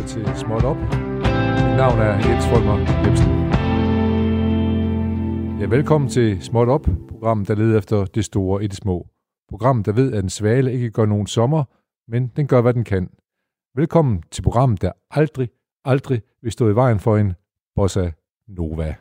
lytter til Småt Op. Mit navn er Jens Folmer Jebsen. Ja, velkommen til Småt Op, programmet, der leder efter det store i det små. Programmet, der ved, at en svale ikke gør nogen sommer, men den gør, hvad den kan. Velkommen til programmet, der aldrig vil stå i vejen for en bossa nova.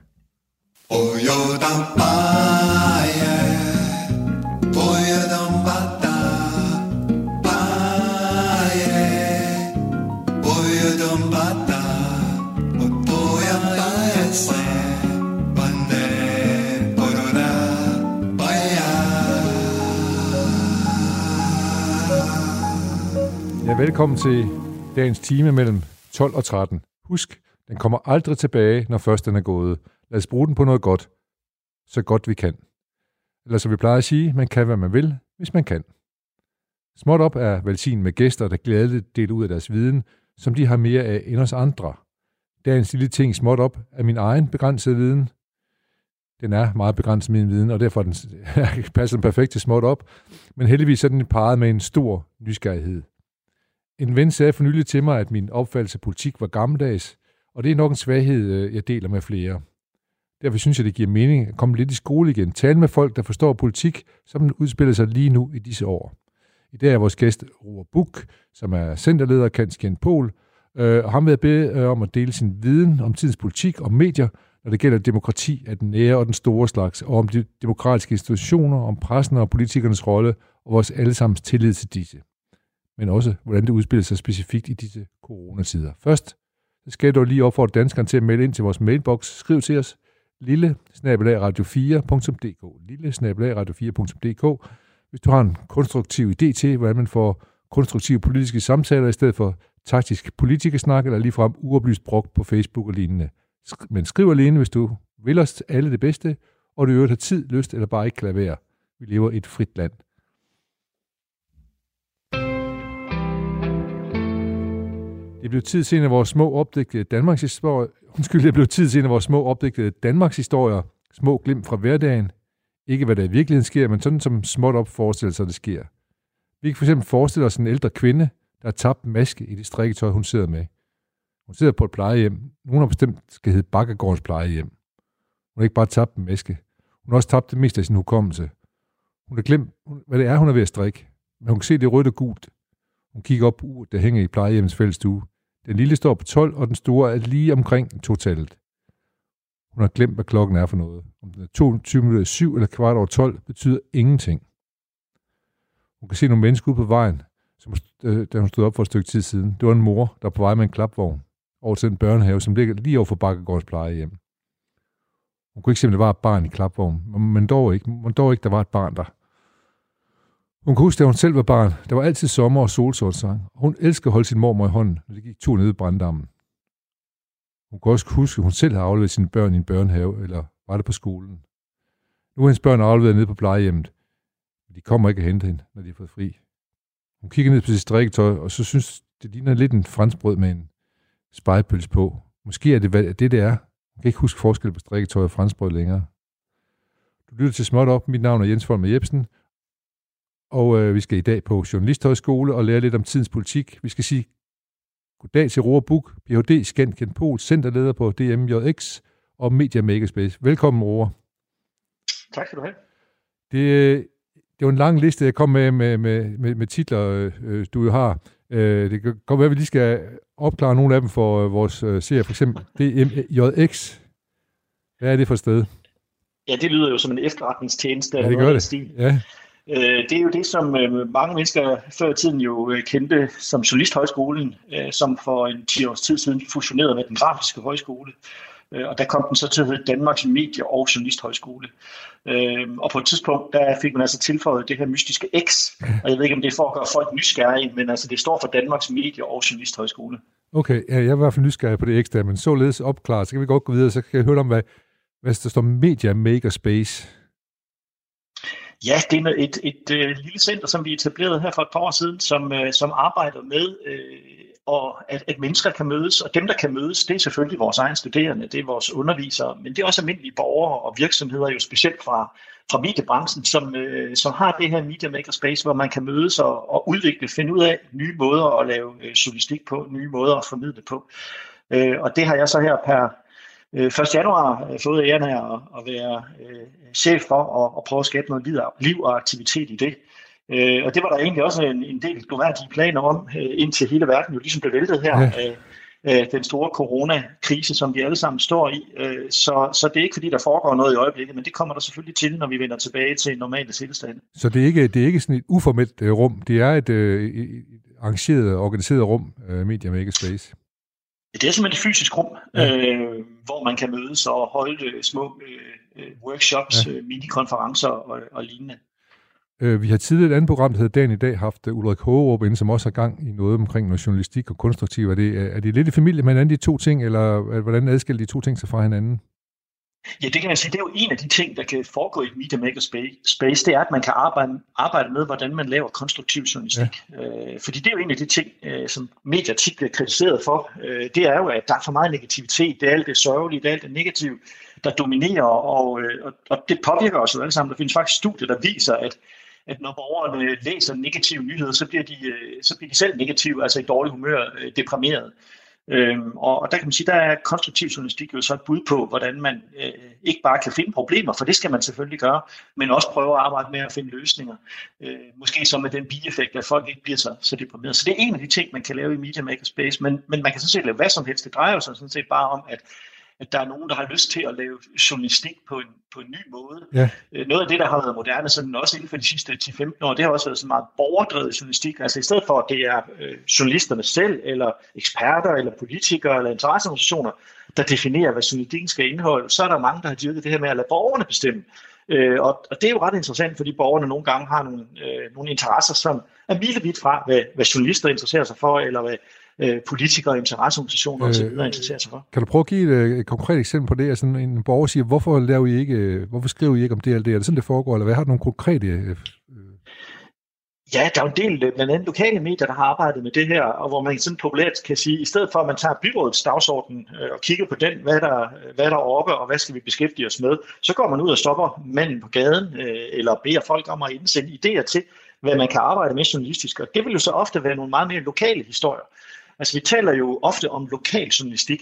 Ja, velkommen til dagens time mellem 12 og 13. Husk, den kommer aldrig tilbage, når først den er gået. Lad os bruge den på noget godt, så godt vi kan. Eller som vi plejer at sige, man kan, hvad man vil, hvis man kan. Småt Op er velsignet med gæster, der glædeligt deler ud af deres viden, som de har mere af end os andre. Dagens lille ting Småt Op er min egen begrænsede viden. Den er meget begrænset min viden, og derfor passer den perfekt til Småt Op. Men heldigvis er den parret med en stor nysgerrighed. En ven sagde for nylig til mig, at min opfattelse af politik var gammeldags, og det er nok en svaghed, jeg deler med flere. Derfor synes jeg, det giver mening at komme lidt i skole igen. Tale med folk, der forstår politik, som den udspiller sig lige nu i disse år. I dag er vores gæst Roar Buch, som er centerleder af Kendt Pol, og ham vil jeg bede om at dele sin viden om tidens politik og medier, når det gælder demokrati af den nære og den store slags, og om de demokratiske institutioner, om pressen og politikernes rolle og vores allesammens tillid til disse. Men også, hvordan det udspiller sig specifikt i disse coronatider. Først så skal jeg dog lige opfordre danskerne til at melde ind til vores mailbox. Skriv til os lille@radio4.dk lille@radio4.dk hvis du har en konstruktiv idé til, hvordan man får konstruktive politiske samtaler i stedet for taktisk politikersnak eller ligefrem uoplyst brok på Facebook og lignende. Men skriv alene, hvis du vil os alle det bedste, og du i øvrigt har tid, lyst eller bare ikke kan lade være. Vi lever i et frit land. Det blev tid til en af vores små opdigtede Danmarkshistorier, små glimt fra hverdagen. Ikke hvad der i virkeligheden sker, men sådan som Småt Op forestiller sig, det sker. Vi kan for eksempel forestille os en ældre kvinde, der har tabt maske i det strikketøj, hun sidder med. Hun sidder på et plejehjem. Nogen har bestemt skal hedde Bakkegårdens plejehjem. Hun har ikke bare tabt en maske. Hun har også tabt det meste af sin hukommelse. Hun har glemt, hvad det er, hun er ved at strikke. Men hun kan se det rødt og gult. Hun kigger op på uret, der hænger i plejehjemmets fællesstue. Den lille står på 12, og den store er lige omkring totallet. Hun har glemt, hvad klokken er for noget. Om den er 22 minutter i 7 eller kvart over 12, betyder ingenting. Hun kan se nogle mennesker ude på vejen, da hun stod op for et stykke tid siden. Det var en mor, der var på vej med en klapvogn over til en børnehave, som ligger lige over for Bakkegårdens plejehjem. Hun kunne ikke se, om det var et barn i klapvognen, men dog ikke, der var et barn der. Hun kunne huske, da hun selv var barn. Der var altid sommer og solsortssang. Hun elskede at holde sin mormor i hånden, når det gik tur nede i branddammen. Hun kunne også huske, at hun selv havde afleveret sine børn i en børnehave, eller var det på skolen. Nu er hendes børn afleveret nede på plejehjemmet. De kommer ikke at hente hende, når de har fået fri. Hun kigger ned på sit strikketøj, og så synes det ligner lidt en franskbrød med en spegepølse på. Måske er det det er. Hun kan ikke huske forskel på strikketøj og franskbrød længere. Du lytter til Småt Op. Mit navn er Jens Folmer Jebsen. Og vi skal i dag på Journalisthøjskole og lære lidt om tidens politik. Vi skal sige goddag til Roar Buch, Ph.D. Kendt Pol, centerleder på DMJX og Media Makerspace. Velkommen, Roar. Tak skal du have. Det var en lang liste, jeg kom med titler, du jo har. Det kan godt være, at vi lige skal opklare nogle af dem for vores serie. For eksempel DMJX. Hvad er det for et sted? Ja, det lyder jo som en efterretningstjeneste. Ja, det gør det. Ja. Det er jo det, som mange mennesker før i tiden jo kendte som Journalisthøjskolen, som for en 10 års tid siden fusionerede med den grafiske højskole. Og der kom den så til at hedde Danmarks Medie- og Journalisthøjskole. Og på et tidspunkt, der fik man altså tilføjet det her mystiske X. Og jeg ved ikke, om det er for at gøre folk nysgerrige, men altså det står for Danmarks Medie- og Journalisthøjskole. Okay, ja, jeg var i hvert fald nysgerrig på det X der, men således opklaret, så kan vi godt gå videre, så kan jeg høre om, hvad der står Media Makerspace. Ja, det er et lille center, som vi etablerede her for et par år siden, som arbejder med og at mennesker kan mødes, og dem, der kan mødes, det er selvfølgelig vores egne studerende, det er vores undervisere, men det er også almindelige borgere og virksomheder, jo specielt fra mediebranchen, som har det her Media Makerspace, hvor man kan mødes og udvikle, finde ud af nye måder at lave journalistik på, nye måder at formidle på. Og det har jeg så her per 1. januar fået æren af at være chef for og prøve at skabe noget liv og aktivitet i det. Og det var der egentlig også en del gloværdige planer om, indtil hele verden jo ligesom blev væltet her af den store coronakrise, som vi alle sammen står i. Så det er ikke fordi, der foregår noget i øjeblikket, men det kommer der selvfølgelig til, når vi vender tilbage til normale tilstande. Så det er ikke sådan et uformelt rum, det er et arrangeret, organiseret rum, Media Makerspace? Det er simpelthen et fysisk rum, hvor man kan mødes og holde små workshops, minikonferencer og lignende. Vi har tidligere et andet program, der hedder Dagen i dag, haft Ulrik Hågerup inde, som også har gang i noget omkring noget journalistik og konstruktiv. Er det lidt i familie med hinanden, de to ting, eller hvordan adskiller de to ting sig fra hinanden? Ja, det kan man sige. Det er jo en af de ting, der kan foregå i Media Makerspace, det er, at man kan arbejde med, hvordan man laver konstruktiv journalistik. Ja. Fordi det er jo en af de ting, som medier tit bliver kritiseret for. Det er jo, at der er for meget negativitet. Det er alt det sørgelige, det er alt det negative, der dominerer, og det påvirker os jo alle sammen. Der findes faktisk studier, der viser, at når borgerne læser negative nyheder, så bliver de selv negative, altså i dårlig humør, deprimeret. Og der kan man sige, der er konstruktiv journalistik jo så et bud på, hvordan man ikke bare kan finde problemer, for det skal man selvfølgelig gøre, men også prøve at arbejde med at finde løsninger. Måske så med den bieffekt, at folk ikke bliver så deprimeret. Så det er en af de ting, man kan lave i Media Makerspace, men man kan sådan set lave hvad som helst. Det drejer sig sådan set bare om, at der er nogen, der har lyst til at lave journalistik på en ny måde. Ja. Noget af det, der har været moderne, sådan også inden for de sidste 10-15 år, det har også været sådan meget borgerdrevet journalistik. Altså i stedet for, at det er journalisterne selv, eller eksperter, eller politikere, eller interesseorganisationer, der definerer, hvad journalistikken skal indeholde, så er der mange, der har dyrket det her med at lade borgerne bestemme. Og det er jo ret interessant, fordi borgerne nogle gange har nogle interesser, som er milevidt fra, hvad journalister interesserer sig for, eller hvad politikere, interesseorganisationer osv. interesserer sig for. Kan du prøve at give et konkret eksempel på det? Altså en borger siger, hvorfor skriver I ikke om det eller det? Er det sådan, det foregår, eller hvad har du nogle konkrete... Ja, der er jo en del, blandt andet lokale medier, der har arbejdet med det her, og hvor man sådan populært kan sige, i stedet for at man tager byrådets dagsorden og kigger på den, hvad der er oppe, og hvad skal vi beskæftige os med, så går man ud og stopper manden på gaden, eller beder folk om at indsende idéer til, hvad man kan arbejde med journalistisk, og det vil jo så ofte være nogle meget mere lokale historier. Altså vi taler jo ofte om lokal journalistik,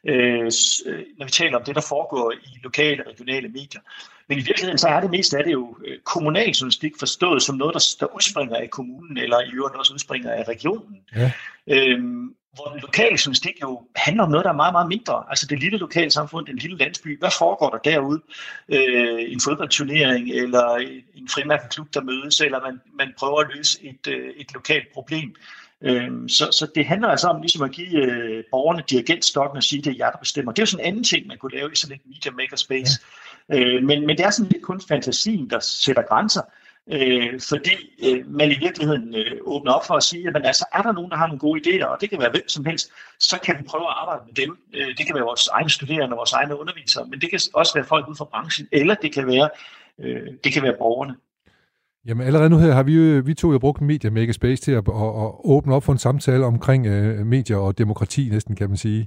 når vi taler om det, der foregår i lokale og regionale medier. Men i virkeligheden så er det mest af det jo kommunal journalistik forstået som noget, der udspringer af kommunen, eller i øvrigt også udspringer af regionen. Ja. Hvor den lokale journalistik jo handler om noget, der er meget, meget mindre. Altså det lille lokale samfund, den lille landsby. Hvad foregår der derude? En fodboldturnering, eller en frimærkeklub, der mødes, eller man prøver at løse et lokalt problem. Så det handler altså om ligesom at give borgerne dirigentstokken og sige, det er jer, der bestemmer. Det er jo sådan en anden ting, man kunne lave i sådan et Media Makerspace. Ja. Men det er sådan lidt kun fantasien, der sætter grænser. Fordi man i virkeligheden åbner op for at sige, at altså, er der nogen, der har nogle gode idéer, og det kan være hvem som helst, så kan vi prøve at arbejde med dem. Det kan være vores egne studerende, vores egne undervisere, men det kan også være folk ud fra branchen, eller det kan være borgerne. Jamen allerede nu her har vi to jo brugt Media Makerspace til at åbne op for en samtale omkring medier og demokrati næsten, kan man sige.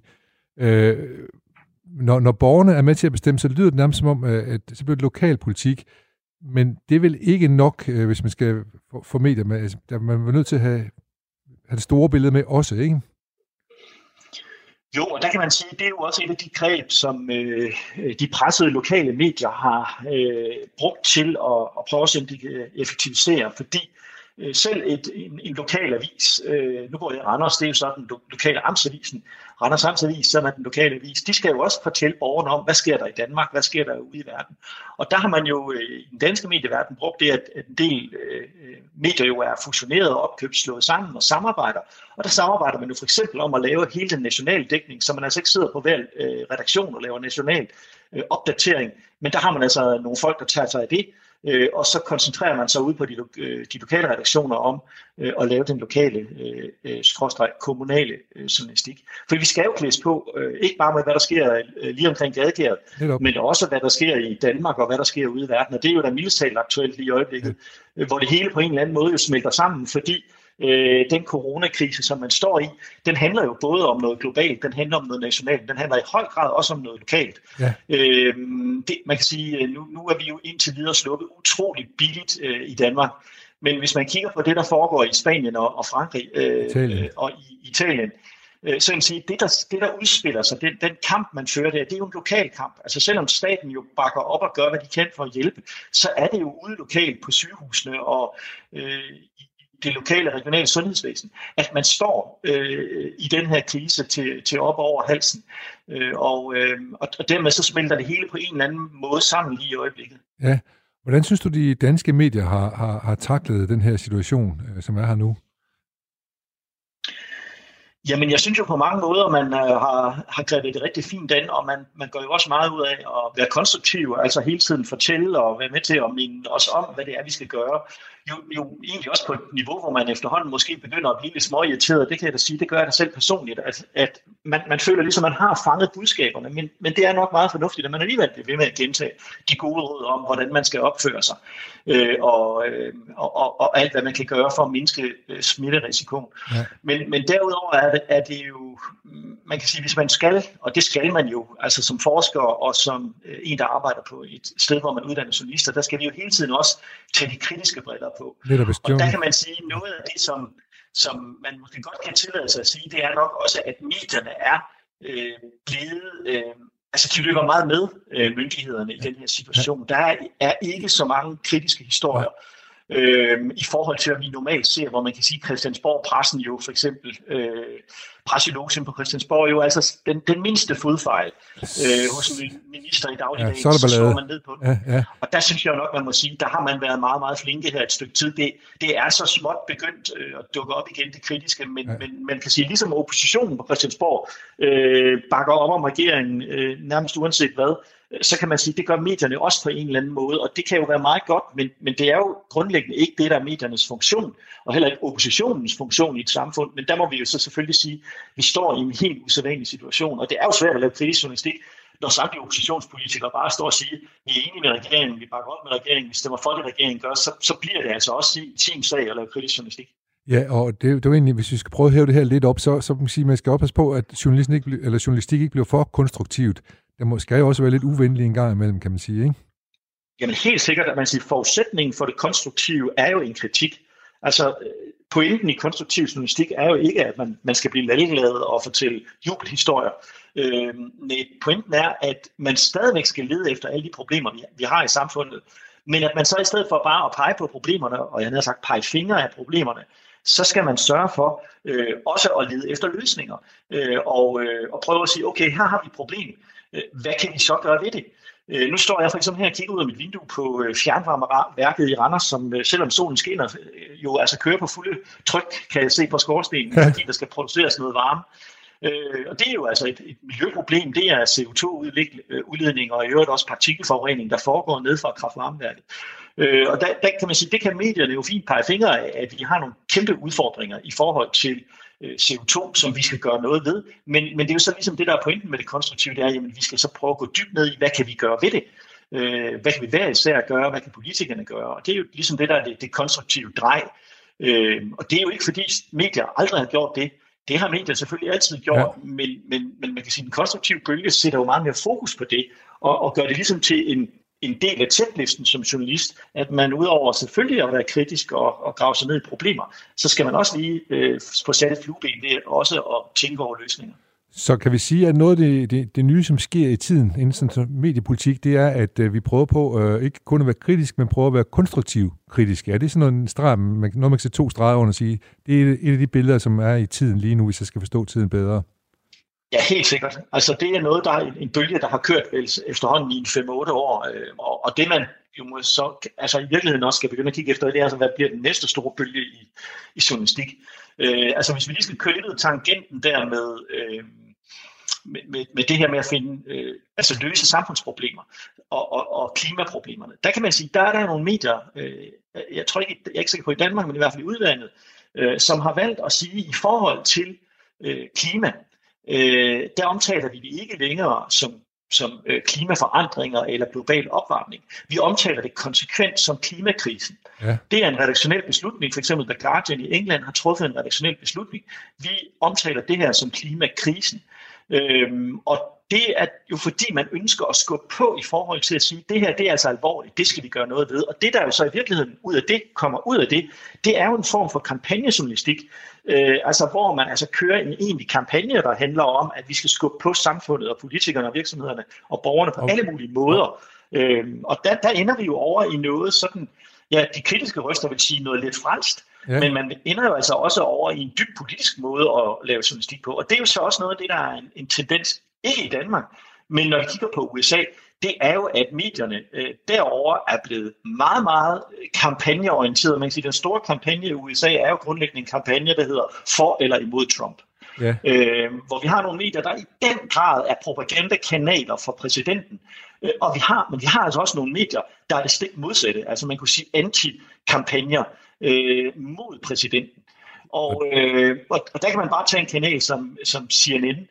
Når borgerne er med til at bestemme, så lyder det nærmest som om, at så bliver det lokalpolitik. Men det er vel ikke nok, hvis man skal få medier med. Altså, man er nødt til at have det store billede med også, ikke? Jo, og der kan man sige, at det er jo også et af de greb, som de pressede lokale medier har brugt til at prøve at effektivisere, fordi selv en lokal avis, nu går jeg i Randers, det er jo så den lokale Amtsavisen, Randers Amtsavis, som er den lokale avis, de skal jo også fortælle borgerne om, hvad sker der i Danmark, hvad sker der ude i verden. Og der har man jo i den danske medieverden brugt det, at en del medier jo er fusioneret og opkøbt, slået sammen og samarbejder. Og der samarbejder man jo for eksempel om at lave hele den nationale dækning, så man altså ikke sidder på hver redaktion og laver national opdatering, men der har man altså nogle folk, der tager sig af det, og så koncentrerer man sig ud på de lokale redaktioner om at lave den lokale kommunale journalistik. For vi skal jo klædes på, ikke bare med, hvad der sker lige omkring Gadegæret, men også, hvad der sker i Danmark, og hvad der sker ude i verden. Og det er jo da mildest talt aktuelt lige i øjeblikket, hvor det hele på en eller anden måde jo smelter sammen, fordi den coronakrise, som man står i, den handler jo både om noget globalt, den handler om noget nationalt, den handler i høj grad også om noget lokalt. Ja. Man kan sige, nu er vi jo indtil videre sluppet utroligt billigt i Danmark, men hvis man kigger på det, der foregår i Spanien og Frankrig og i Italien, så kan sige, det der udspiller sig, den kamp, man fører der, det er jo en lokal kamp. Altså selvom staten jo bakker op og gør, hvad de kan for at hjælpe, så er det jo ude lokalt på sygehusene og i det lokale regionale sundhedsvæsen, at man står i den her krise til op over halsen. Og dermed så smelter det hele på en eller anden måde sammen lige i øjeblikket. Ja. Hvordan synes du, de danske medier har taklet den her situation, som er her nu? Jamen, jeg synes jo på mange måder, man har grebet det rigtig fint an, og man går jo også meget ud af at være konstruktiv, altså hele tiden fortælle og være med til at minde os om, hvad det er, vi skal gøre. Jo egentlig også på et niveau, hvor man efterhånden måske begynder at blive lidt småirriteret. Det kan jeg da sige, det gør jeg da selv personligt, at man føler ligesom, man har fanget budskaberne, men det er nok meget fornuftigt, at man alligevel bliver ved med at gentage de gode råd om, hvordan man skal opføre sig, og alt, hvad man kan gøre for at mindske smitterisikoen. Ja. Men derudover er det jo, man kan sige, hvis man skal, og det skal man jo, altså som forsker og som en, der arbejder på et sted, hvor man uddanner journalister, der skal vi jo hele tiden også tage de kritiske briller på. Og der kan man sige, noget af det, som man måske godt kan tillade sig at sige, det er nok også, at medierne er blevet, altså de løber meget med myndighederne i den her situation. Der er ikke så mange kritiske historier i forhold til, at vi normalt ser, hvor man kan sige, Christiansborg-pressen jo for eksempel, presselogen på Christiansborg jo altså den mindste fodfejl hos en minister i dagligdagen, så slår man ned på den. Ja. Og der synes jeg nok, man må sige, der har man været meget, meget flinke her et stykke tid. Det er så småt begyndt at dukke op igen, det kritiske, men man kan sige, ligesom oppositionen på Christiansborg bakker op om regeringen nærmest uanset hvad, så kan man sige, det gør medierne også på en eller anden måde, og det kan jo være meget godt, men det er jo grundlæggende ikke det, der er mediernes funktion, og heller ikke oppositionens funktion i et samfund, men der må vi jo så selvfølgelig sige, at vi står i en helt usædvanlig situation, og det er jo svært at lave kritisk journalistik, når samtlige oppositionspolitikere bare står og siger, vi er enige med regeringen, vi bakker op med regeringen, vi stemmer for det, regeringen gør, så bliver det altså også sin sag at lave kritisk journalistik. Ja, og det er egentlig, hvis vi skal prøve at hæve det her lidt op, så kan man sige, at man skal oppasse på, at journalistik ikke bliver for konstruktivt. Der skal jo også være lidt uvenlig en gang imellem, kan man sige, ikke? Jamen helt sikkert, at man siger, forudsætningen for det konstruktive er jo en kritik. Altså pointen i konstruktiv journalistik er jo ikke, at man skal blive lalleglad og fortælle jubelhistorier. Nej, pointen er, at man stadigvæk skal lede efter alle de problemer, vi har i samfundet, men at man så i stedet for bare at pege på problemerne, og jeg havde sagt pege fingre af problemerne, så skal man sørge for også at lede efter løsninger og prøve at sige, okay, her har vi et problem. Hvad kan vi så gøre ved det? Nu står jeg for eksempel her og kigger ud af mit vindue på fjernvarmeværket i Randers, som selvom solen skinner, jo altså kører på fulde tryk, kan jeg se på skorstenen, fordi der skal produceres noget varme. Og det er jo altså et miljøproblem. Det er CO2-udledning og i øvrigt også partikelforurening, der foregår ned fra kraftvarmeværket. Og der kan man sige, det kan medierne jo fint pege fingre af, at vi har nogle kæmpe udfordringer i forhold til CO2, som vi skal gøre noget ved. Men det er jo så ligesom det, der er pointen med det konstruktive, det er, jamen vi skal så prøve at gå dybt ned i, hvad kan vi gøre ved det? Hvad kan vi hver især gøre? Hvad kan politikerne gøre? Og det er jo ligesom det, der er det konstruktive drej. Og det er jo ikke, fordi medier aldrig har gjort det. Det har medier selvfølgelig altid gjort, ja. men man kan sige, at den konstruktive bølge sætter jo meget mere fokus på det, og gør det ligesom til en del af tjeklisten som journalist, at man udover selvfølgelig at være kritisk og grave sig ned i problemer, så skal man også lige få sat et flueben ved også at tænke over løsninger. Så kan vi sige, at noget af det nye, som sker i tiden inden sådan mediepolitik, det er, at vi prøver på ikke kun at være kritisk, men prøver at være konstruktiv kritisk. Er det sådan noget streg, noget man kan sætte 2 streger under og sige, det er et af de billeder, som er i tiden lige nu, hvis jeg skal forstå tiden bedre? Ja, helt sikkert. Altså det er noget, der er en bølge, der har kørt vel efterhånden i 5-8 år, og det man jo må så altså i virkeligheden også skal begynde at kigge efter, det er altså, hvad bliver den næste store bølge i journalistik. Altså hvis vi lige skal køre lidt ud af tangenten der med det her med at finde, altså løse samfundsproblemer og klimaproblemerne. Der kan man sige, der er der nogle medier, jeg tror ikke, jeg er ikke sikker på i Danmark, men i hvert fald i udlandet, som har valgt at sige, i forhold til klima, der omtaler vi det ikke længere som klimaforandringer eller global opvarmning. Vi omtaler det konsekvent som klimakrisen. Ja. Det er en redaktionel beslutning. For eksempel The Guardian i England har truffet en redaktionel beslutning. Vi omtaler det her som klimakrisen. Og det er jo fordi, man ønsker at skubbe på i forhold til at sige, at det her det er altså alvorligt, det skal vi gøre noget ved. Og det, der jo så i virkeligheden kommer ud af det, det er jo en form for kampagnejournalistik, altså hvor man altså kører en egentlig kampagne, der handler om, at vi skal skubbe på samfundet og politikerne og virksomhederne og borgerne på alle mulige måder. Og der ender vi jo over i noget sådan, ja, de kritiske røster vil sige noget lidt fransk, men man ender jo altså også over i en dybt politisk måde at lave journalistik på. Og det er jo så også noget af det, der er en tendens, ikke i Danmark, men når vi kigger på USA, det er jo, at medierne derovre er blevet meget, meget kampagneorienteret. Man kan sige, at den store kampagne i USA er jo grundlæggende en kampagne, der hedder for eller imod Trump. Yeah. Hvor vi har nogle medier, der i den grad er propagandakanaler for præsidenten. Men vi har altså også nogle medier, der er det stik modsatte. Altså man kunne sige anti-kampagner mod præsidenten. Og der kan man bare tage en kanal som CNN,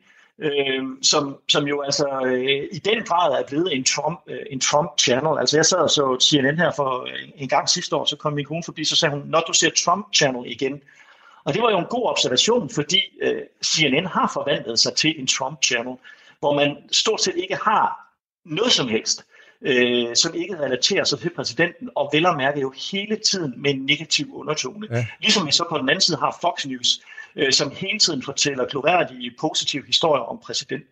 som jo altså i den grad er blevet en Trump-channel. Altså jeg sad og så CNN her for en gang sidste år, så kom min kone forbi, så sagde hun, når du ser Trump-channel igen. Og det var jo en god observation, fordi CNN har forvandlet sig til en Trump-channel, hvor man stort set ikke har noget som helst, som ikke relaterer sig til præsidenten, og vel at mærke jo hele tiden med en negativ undertone. Ja. Ligesom vi så på den anden side har Fox News, som hele tiden fortæller glorværdige, positive historier om præsidenten.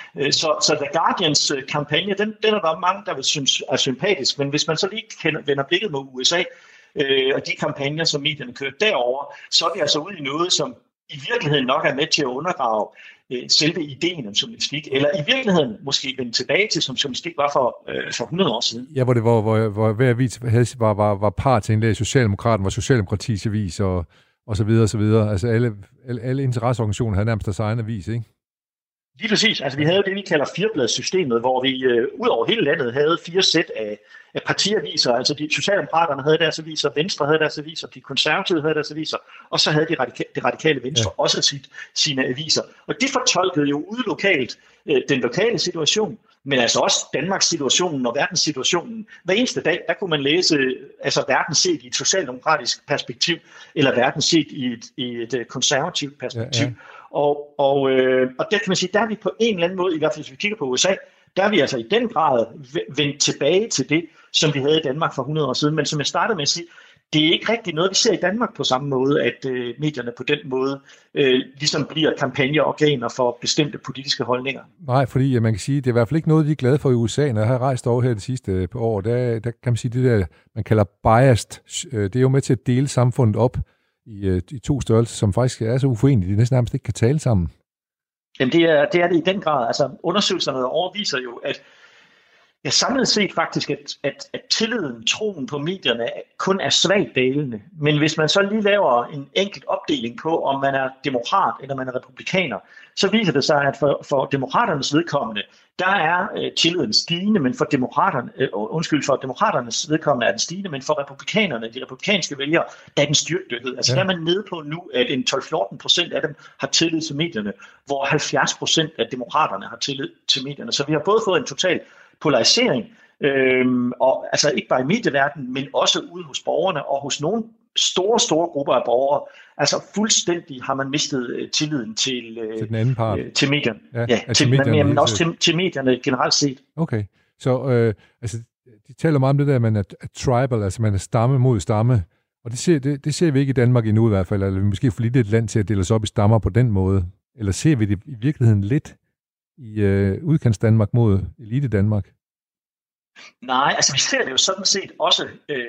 Så The Guardians kampagne, den er der mange, der vil synes er sympatisk, men hvis man så lige vender blikket mod USA, og de kampagner, som medierne kører derover, så er vi altså ude i noget, som i virkeligheden nok er med til at undergrave selve ideen om journalistik, eller i virkeligheden måske vende tilbage til, som journalistik var for 100 år siden. Ja, hvor hver avis var partindlæg, Socialdemokraten var Socialdemokratiets avis, og så videre, og så videre. Altså alle interesseorganisationer havde nærmest deres egen avis, ikke? Lige præcis. Altså vi havde det, vi kalder firebladssystemet, hvor vi ud over hele landet havde 4 sæt af partiaviser. Altså de Socialdemokraterne havde deres aviser, Venstre havde deres aviser, de konservative havde deres aviser, og så havde det radikale Venstre også sine aviser. Og de fortolkede jo ude lokalt den lokale situation, men altså også Danmarks situationen og verdenssituationen. Hver eneste dag, der kunne man læse altså verden set i et socialdemokratisk perspektiv, eller verden set i et konservativt perspektiv. Ja. Og der kan man sige, der er vi på en eller anden måde, i hvert fald hvis vi kigger på USA, der er vi altså i den grad vendt tilbage til det, som vi havde i Danmark for 100 år siden. Men som jeg startede med at sige, det er ikke rigtig noget, vi ser i Danmark på samme måde, at medierne på den måde ligesom bliver kampagneorganer for bestemte politiske holdninger. Nej, fordi man kan sige, det er i hvert fald ikke noget, de er glade for i USA. Når jeg har rejst over her de sidste par år, der kan man sige, det der, man kalder biased, det er jo med til at dele samfundet op i 2 størrelser, som faktisk er så uforenelige, de næsten nærmest ikke kan tale sammen. Jamen det er det i den grad. Altså undersøgelserne overviser jo, at samlet set faktisk, at tilliden, troen på medierne kun er svagt dalende. Men hvis man så lige laver en enkelt opdeling på, om man er demokrat eller man er republikaner, så viser det sig, at for demokraternes vedkommende, der er tilliden stigende, men for demokraternes vedkommende er den stigende, men for republikanerne, de republikanske vælgere, der er den styrtdykket. Altså der er man nede på nu, at en 12-14% af dem har tillid til medierne, hvor 70% af demokraterne har tillid til medierne. Så vi har både fået en total polarisering, og altså ikke bare i medieverdenen, men også ude hos borgerne og hos nogle store grupper af borgere. Altså fuldstændig har man mistet tilliden til den anden part. Til medierne. Men også til medierne generelt set. Okay, så altså de taler meget om det der, at man er tribal, altså man er stamme mod stamme, og det ser vi ikke i Danmark endnu i hvert fald, eller vi måske for lidt et land til at dele os op i stammer på den måde, eller ser vi det i virkeligheden lidt i udkants Danmark mod elite Danmark? Nej, altså vi ser det jo sådan set også,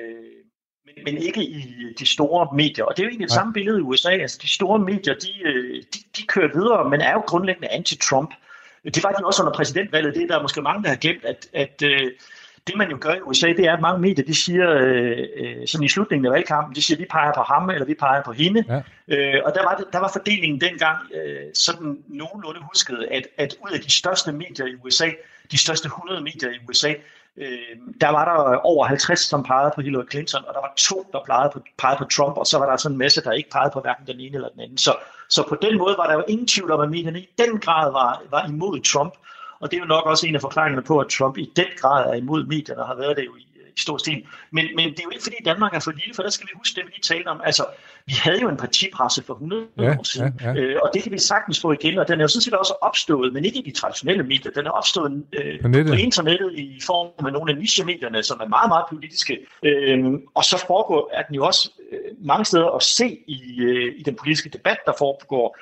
men ikke i de store medier. Og det er jo egentlig det samme billede i USA. Altså de store medier, de kører videre, men er jo grundlæggende anti-Trump. Det var de også under præsidentvalget. Det er der måske mange, der har glemt, at det man jo gør i USA, det er, at mange medier, de siger, sådan i slutningen af valgkampen, de siger, vi peger på ham, eller vi peger på hende. Ja. Og der var fordelingen dengang sådan nogenlunde husket, at ud af de største medier i USA, de største 100 medier i USA, der var der over 50, som pegede på Hillary Clinton, og der var 2, der pegede på Trump, og så var der sådan en masse, der ikke pegede på hverken den ene eller den anden. Så på den måde var der jo ingen tvivl om, at medierne i den grad var imod Trump. og det er jo nok også en af forklaringerne på, at Trump i den grad er imod medierne, og har været det jo i stor stil. Men det er jo ikke, fordi Danmark er for lille, for der skal vi huske det, vi lige talte om. Altså, vi havde jo en partipresse for 100 år siden, og det kan vi sagtens få igen, og den er jo sådan set også opstået, men ikke i de traditionelle medier. Den er opstået på internettet i form af nogle af niche-medierne, som er meget, meget politiske. Og så foregår er den jo også mange steder at se i den politiske debat, der foregår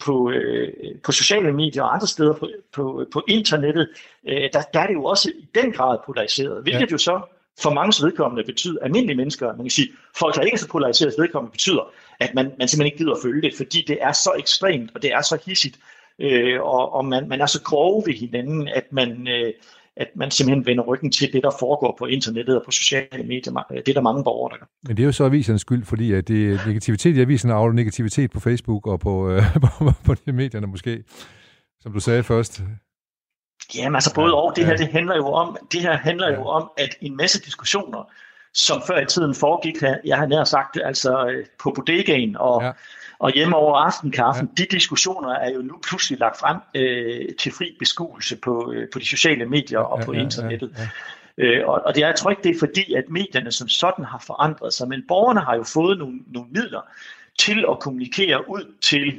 på sociale medier og andre steder på internettet. Der er det jo også i den grad polariseret, hvilket jo så for mange vedkommende betyder, almindelige mennesker, man kan sige, folk der ikke er så polariseret vedkommende, betyder, at man simpelthen ikke gider at følge det, fordi det er så ekstremt, og det er så hissigt, og man er så grove ved hinanden, at man simpelthen vender ryggen til det, der foregår på internettet og på sociale medier. Det er der mange borgere, der gør. Men det er jo så avisernes skyld, fordi at det er negativitet i avisen avler negativitet på Facebook og på de medierne måske, som du sagde først. Jamen altså både og. Det her handler jo om, at en masse diskussioner, som før i tiden foregik her, jeg har nær sagt, altså på bodegaen og hjemme over aftenkaffen, de diskussioner er jo nu pludselig lagt frem til fri beskuelse på de sociale medier og på internettet. Og det er, jeg tror ikke, det er fordi, at medierne som sådan har forandret sig, men borgerne har jo fået nogle midler til at kommunikere ud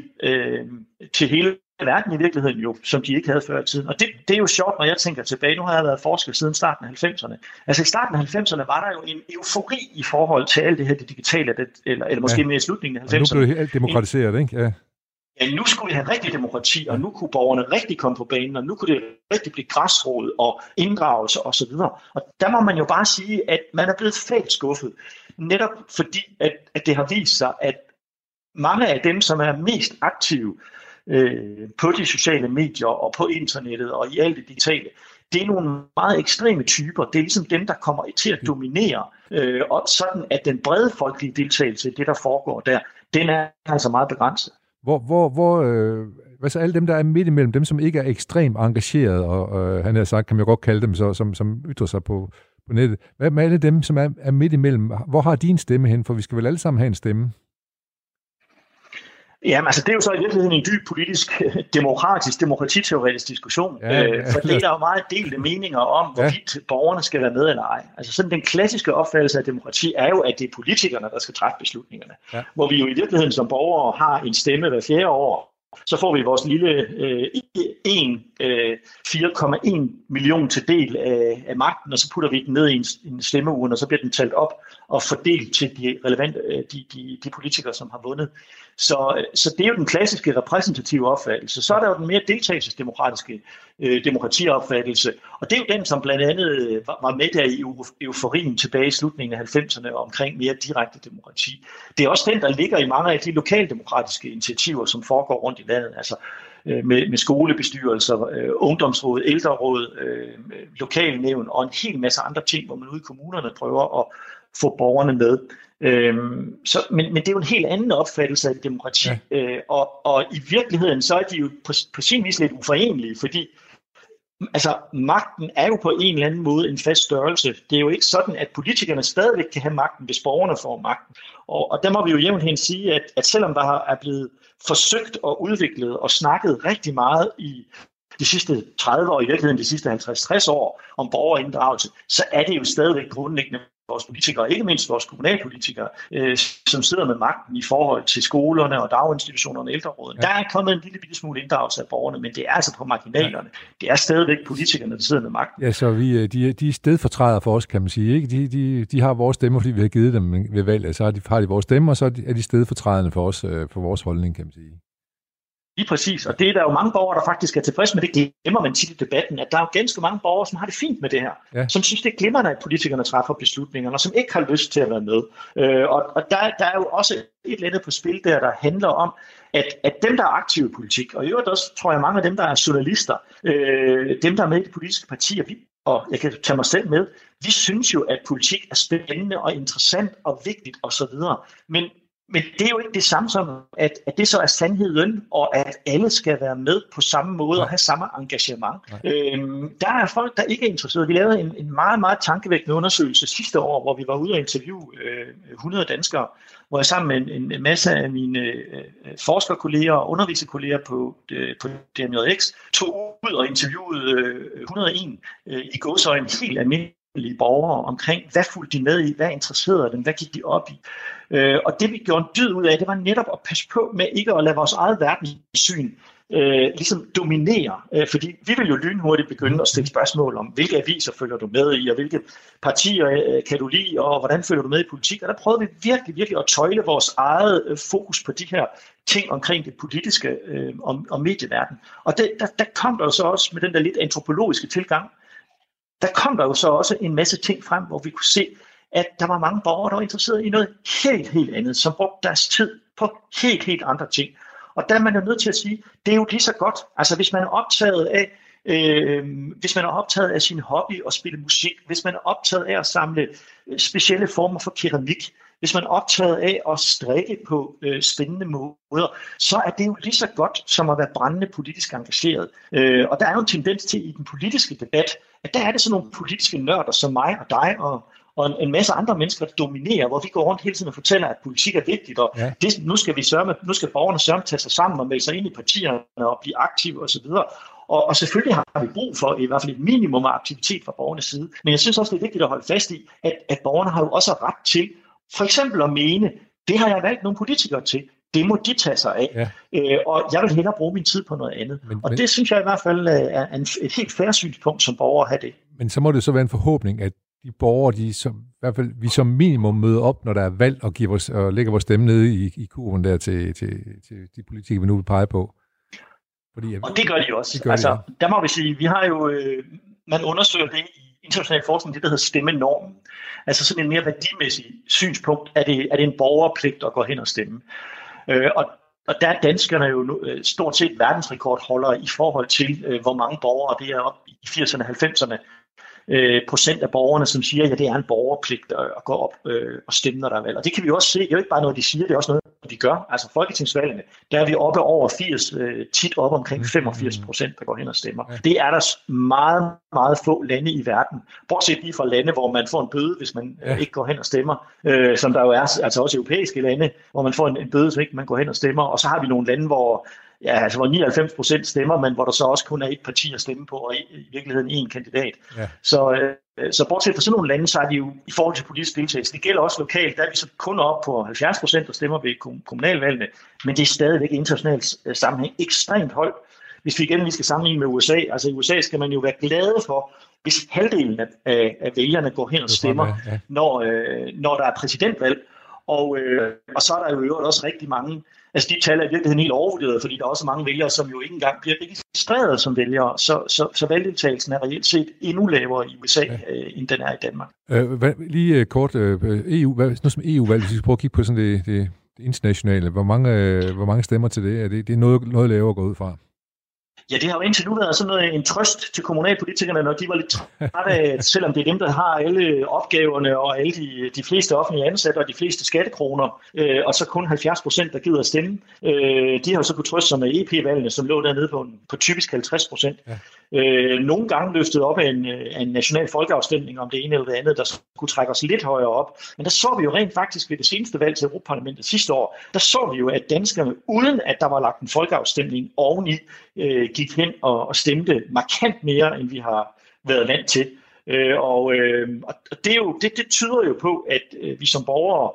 til hele verden i virkeligheden jo, som de ikke havde før i tiden. Og det er jo sjovt, når jeg tænker tilbage. Nu har jeg været forsker siden starten af 90'erne. Altså i starten af 90'erne var der jo en eufori i forhold til alt det her det digitale, eller måske mere i slutningen af 90'erne. Og nu blev det alt demokratiseret, ikke? Ja, nu skulle vi have rigtig demokrati, og nu kunne borgerne rigtig komme på banen, og nu kunne det rigtig blive græsrod og inddragelse osv. Og der må man jo bare sige, at man er blevet fælt skuffet. Netop fordi, at det har vist sig, at mange af dem, som er mest aktive på de sociale medier og på internettet og i alt det digitale, det er nogle meget ekstreme typer. Det er ligesom dem, der kommer til at dominere, og sådan at den brede folkelige deltagelse, det der foregår der, den er altså meget begrænset. Hvad så alle dem, der er midt imellem, dem som ikke er ekstremt engageret, og han har sagt, kan man jo godt kalde dem, som ytrer sig på nettet. Hvad med alle dem, som er midt imellem? Hvor har din stemme hen? For vi skal vel alle sammen have en stemme? Jamen, altså det er jo så i virkeligheden en dyb politisk, demokratiteoretisk diskussion. For det er der jo meget delte meninger om, hvorvidt borgerne skal være med eller ej. Altså sådan den klassiske opfattelse af demokrati er jo, at det er politikerne, der skal træffe beslutningerne. Ja. Hvor vi jo i virkeligheden som borgere har en stemme hver 4. år. Så får vi vores lille 4,1 million til del af magten, og så putter vi den ned i en stemmeurne, og så bliver den talt op og fordelt til de relevante de politikere, som har vundet. Så det er jo den klassiske repræsentative opfattelse. Så er der jo den mere deltagelsesdemokratiske demokratiopfattelse, og det er jo den, som blandt andet var med der i euforien tilbage i slutningen af 90'erne omkring mere direkte demokrati. Det er også den, der ligger i mange af de lokaldemokratiske initiativer, som foregår rundt i landet, altså med skolebestyrelser, ungdomsråd, ældreråd, lokalnævn og en hel masse andre ting, hvor man ude i kommunerne prøver at få borgerne med. Men det er jo en helt anden opfattelse af demokrati, og i virkeligheden så er de jo på sin vis lidt uforenelige, fordi altså magten er jo på en eller anden måde en fast størrelse. Det er jo ikke sådan, at politikerne stadigvæk kan have magten, hvis borgerne får magten. Og der må vi jo jævnhen sige, at selvom der er blevet forsøgt og udviklet og snakket rigtig meget i de sidste 30 år, i virkeligheden de sidste 50-60 år om borgerinddragelse, så er det jo stadigvæk grundlæggende vores politikere, ikke mindst vores kommunalpolitikere, som sidder med magten i forhold til skolerne og daginstitutionerne og ældreråden. Ja. Der er kommet en lille bitte smule inddragelse af borgerne, men det er altså på marginalerne. Ja. Det er stadigvæk politikerne, der sidder med magten. Ja, så de er stedfortræder for os, kan man sige. Ikke? De har vores stemmer, fordi vi har givet dem ved valget. Så har de vores stemmer, og så er de stedfortrædende for os, for vores holdning, kan man sige. Lige præcis, og det er der jo mange borgere, der faktisk er tilfredse med. Det glemmer man tit i debatten, at der er jo ganske mange borgere, som har det fint med det her, som synes, det er glimrende, at politikerne træffer beslutningerne, og som ikke har lyst til at være med. Og der er jo også et eller andet på spil der handler om, at dem, der er aktive i politik, og i øvrigt også, tror jeg, mange af dem, der er journalister, dem, der er med i de politiske partier, og jeg kan tage mig selv med, vi synes jo, at politik er spændende og interessant og vigtigt osv., Men det er jo ikke det samme som, at det så er sandheden, og at alle skal være med på samme måde og have samme engagement. Der er folk, der ikke er interesserede. Vi lavede en meget, meget tankevækkende undersøgelse sidste år, hvor vi var ude og interviewe 100 danskere, hvor jeg sammen med en masse af mine forskerkolleger og underviserkolleger på DMJX tog ud og interviewede 101 i gåseøjne helt almindelige borgere omkring, hvad fulgte de med i, hvad interesserede dem, hvad gik de op i. Og det vi gjorde en dyd ud af, det var netop at passe på med ikke at lade vores eget verdenssyn ligesom dominere, fordi vi vil jo lynhurtigt begynde at stille spørgsmål om, hvilke aviser følger du med i, og hvilke partier kan du lide, og hvordan følger du med i politik, og der prøvede vi virkelig at tøjle vores eget fokus på de her ting omkring det politiske og medieverden. Og der kom der jo så også med den der lidt antropologiske tilgang, der kom der jo så også en masse ting frem, hvor vi kunne se, at der var mange borgere, der var interesseret i noget helt andet, som brugte deres tid på helt andre ting. Og der er man jo nødt til at sige, det er jo lige så godt. Altså hvis man er optaget af sin hobby og spille musik, hvis man er optaget af at samle specielle former for keramik, hvis man er optaget af at strikke på spændende måder, så er det jo lige så godt som at være brændende politisk engageret. Og der er jo en tendens til i den politiske debat, at der er det sådan nogle politiske nørder som mig og dig og en masse andre mennesker, der dominerer, hvor vi går rundt hele tiden og fortæller, at politik er vigtigt, og nu skal borgerne sørge tage sig sammen og melde sig ind i partierne og blive aktive osv. Og selvfølgelig har vi brug for i hvert fald et minimum af aktivitet fra borgernes side. Men jeg synes også, det er vigtigt at holde fast i, at borgerne har jo også ret til, for eksempel at mene, det har jeg valgt nogle politikere til, det må de tage sig af. Og jeg vil hellere bruge min tid på noget andet. Og det synes jeg i hvert fald er et helt fair synspunkt som borger at have det. Men så må det så være en forhåbning, at de borgere, i hvert fald vi som minimum møder op, når der er valg, og lægger vores stemme nede i kurven der til de politikere, vi nu vil pege på. Fordi, og det gør de også. Der må vi sige, vi har jo, man undersøger det i international forskning, det der hedder stemmenormen. Altså sådan en mere værdimæssig synspunkt, er det en borgerpligt at gå hen og stemme. Og der er danskerne jo stort set verdensrekordholdere i forhold til, hvor mange borgere, det er op i 80'erne og 90'erne, procent af borgerne, som siger, ja, det er en borgerpligt at gå op og stemme, når der er valg. Og det kan vi også se. Det er jo ikke bare noget, de siger, det er også noget, de gør. Altså folketingsvalgene, der er vi oppe over 80, tit op omkring 85%, der går hen og stemmer. Det er der meget, meget få lande i verden. Bortset lige fra lande, hvor man får en bøde, hvis man ikke går hen og stemmer. Som der jo er, altså også europæiske lande, hvor man får en bøde, så ikke man går hen og stemmer. Og så har vi nogle lande, hvor 99% stemmer, men hvor der så også kun er et parti at stemme på, og i virkeligheden en kandidat. Så bortset fra sådan nogle lande, så er de jo i forhold til politisk deltagelse. Det gælder også lokalt, der er vi så kun op på 70%, der stemmer ved kommunalvalgene, men det er stadigvæk internationalt sammenhæng ekstremt højt. Hvis vi igen lige skal sammenligne med USA, altså i USA skal man jo være glade for, hvis halvdelen af vælgerne går hen og stemmer, når der er præsidentvalg. Og så er der jo også rigtig mange, altså de tal er i virkeligheden helt overvurderet, fordi der er også mange vælgere, som jo ikke engang bliver registreret som vælgere, så valgdeltagelsen er reelt set endnu lavere i USA, end den er i Danmark. Lige kort, EU, noget som EU-valg, hvis vi skal prøve at kigge på sådan det internationale, hvor mange stemmer til det? Er det er noget lavere at gå ud fra? Ja, det har jo indtil nu været sådan noget, en trøst til kommunalpolitikerne, når de var lidt trætte af, selvom det er dem, der har alle opgaverne og alle de fleste offentlige ansatte og de fleste skattekroner, og så kun 70%, der gider at stemme. De har jo så kunnet trøste sig med EP-valgene, som lå dernede på typisk 50%. Nogle gange løftet op af en national folkeafstemning om det ene eller det andet, der kunne trække os lidt højere op. Men der så vi jo rent faktisk ved det seneste valg til Europaparlamentet sidste år, der så vi jo, at danskerne, uden at der var lagt en folkeafstemning oveni, gik hen og stemte markant mere, end vi har været vant til. Og det tyder jo på, at vi som borgere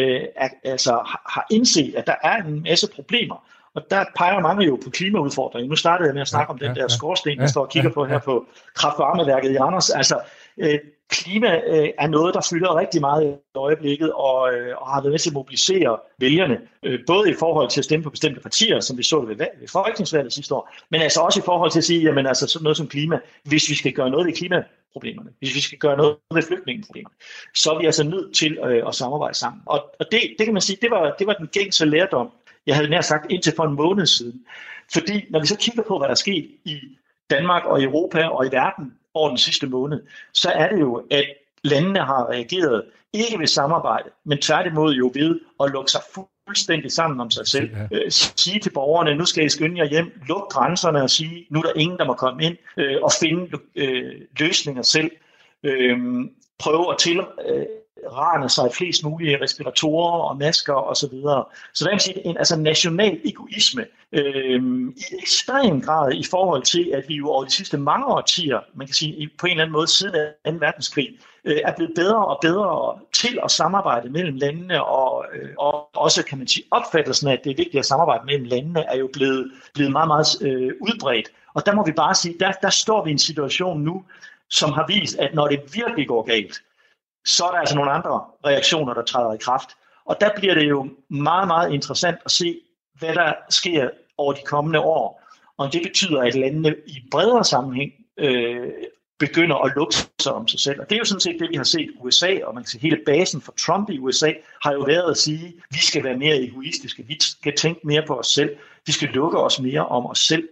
har indset, at der er en masse problemer. Og der peger mange jo på klimaudfordringen. Nu startede jeg med at snakke om den der skorsten, der står og kigger på her på kraft-varmeværket i Randers. Altså, klima er noget, der fylder rigtig meget i øjeblikket, og har været med til at mobilisere vælgerne, både i forhold til at stemme på bestemte partier, som vi så det ved folketingsvalget sidste år, men altså også i forhold til at sige, jamen altså sådan noget som klima, hvis vi skal gøre noget ved klimaproblemerne, hvis vi skal gøre noget ved flygtningeproblemerne, så er vi altså nødt til at samarbejde sammen. Og det kan man sige, det var den gængse lærdom, jeg havde nær sagt indtil for en måned siden. Fordi når vi så kigger på, hvad der er sket i Danmark og Europa og i verden over den sidste måned, så er det jo, at landene har reageret ikke ved samarbejde, men tværtimod jo ved at lukke sig fuldstændig sammen om sig selv. Sige til borgerne, nu skal I skynde jer hjem, luk grænserne og sige, nu er der ingen, der må komme ind, og finde løsninger selv. Prøve at tilrane sig flest mulige respiratorer og masker osv. Så der kan man sige, en national egoisme i ekstrem grad i forhold til, at vi jo over de sidste mange årtier, man kan sige på en eller anden måde siden af 2. verdenskrig, er blevet bedre og bedre til at samarbejde mellem landene, og også kan man sige opfattelsen af, at det er vigtigt at samarbejde mellem landene, er jo blevet meget, meget udbredt. Og der må vi bare sige, der står vi i en situation nu, som har vist, at når det virkelig går galt, så er der altså nogle andre reaktioner, der træder i kraft. Og der bliver det jo meget, meget interessant at se, hvad der sker over de kommende år. Og det betyder, at landene i bredere sammenhæng begynder at lukke sig om sig selv. Og det er jo sådan set det, vi har set i USA, og man kan sige, hele basen for Trump i USA har jo været at sige, at vi skal være mere egoistiske, vi skal tænke mere på os selv, vi skal lukke os mere om os selv.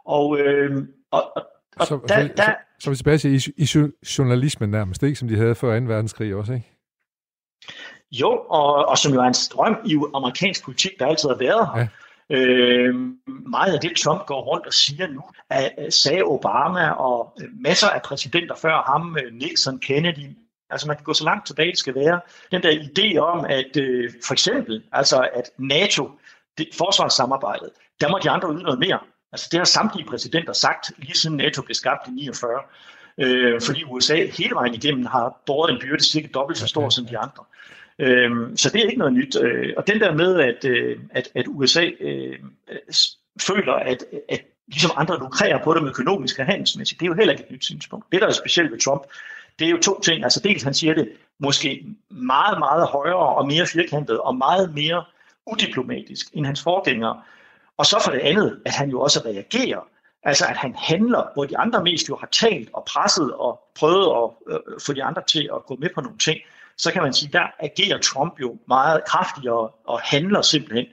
Så vi tilbage til i journalismen nærmest, ikke? Som de havde før 2. verdenskrig også, ikke? Jo, og som jo er en strøm i amerikansk politik, der altid har været her. Ja. Meget af det, Trump går rundt og siger nu, sagde Obama og masser af præsidenter før ham, Nixon, Kennedy. Altså man kan gå så langt tilbage, det skal være. Den der idé om, at for eksempel, altså at NATO, forsvarssamarbejdet, der må de andre yde noget mere. Altså det har samtlige præsidenter sagt, lige siden NATO blev skabt i 49. Fordi USA hele vejen igennem har båret en byrde cirka dobbelt så stor som de andre. Så det er ikke noget nyt. Og den der med, at USA føler, at ligesom andre lukrerer på dem økonomisk og handelsmæssigt, det er jo heller ikke et nyt synspunkt. Det, der er specielt ved Trump, det er jo to ting. Altså dels han siger det måske meget, meget højere og mere firkantet og meget mere udiplomatisk end hans forgængere. Og så for det andet, at han jo også reagerer. Altså at han handler, hvor de andre mest jo har talt og presset og prøvet at få de andre til at gå med på nogle ting. Så kan man sige, der agerer Trump jo meget kraftigere og handler simpelthen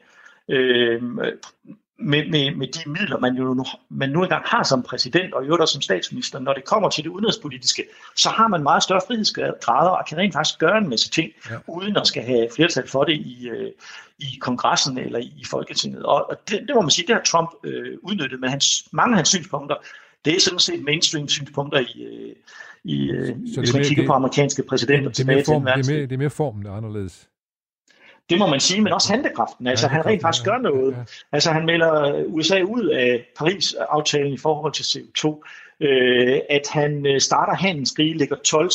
med de midler, man nu engang har som præsident og jo der som statsminister. Når det kommer til det udenrigspolitiske, så har man meget større frihedsgrader og kan rent faktisk gøre en masse ting, uden at skal have flertal for det i kongressen eller i Folketinget. Og det må man sige, det har Trump udnyttet, men mange af hans synspunkter, det er sådan set mainstream synspunkter hvis man kigger på amerikanske præsidenter tilbage til den verdenskrig. Det er mere formen, der er anderledes. Det må man sige, men også handlekraften. Altså han rent faktisk gør noget. Ja. Altså han melder USA ud af Paris-aftalen i forhold til CO2. At han starter handelskrig, lægger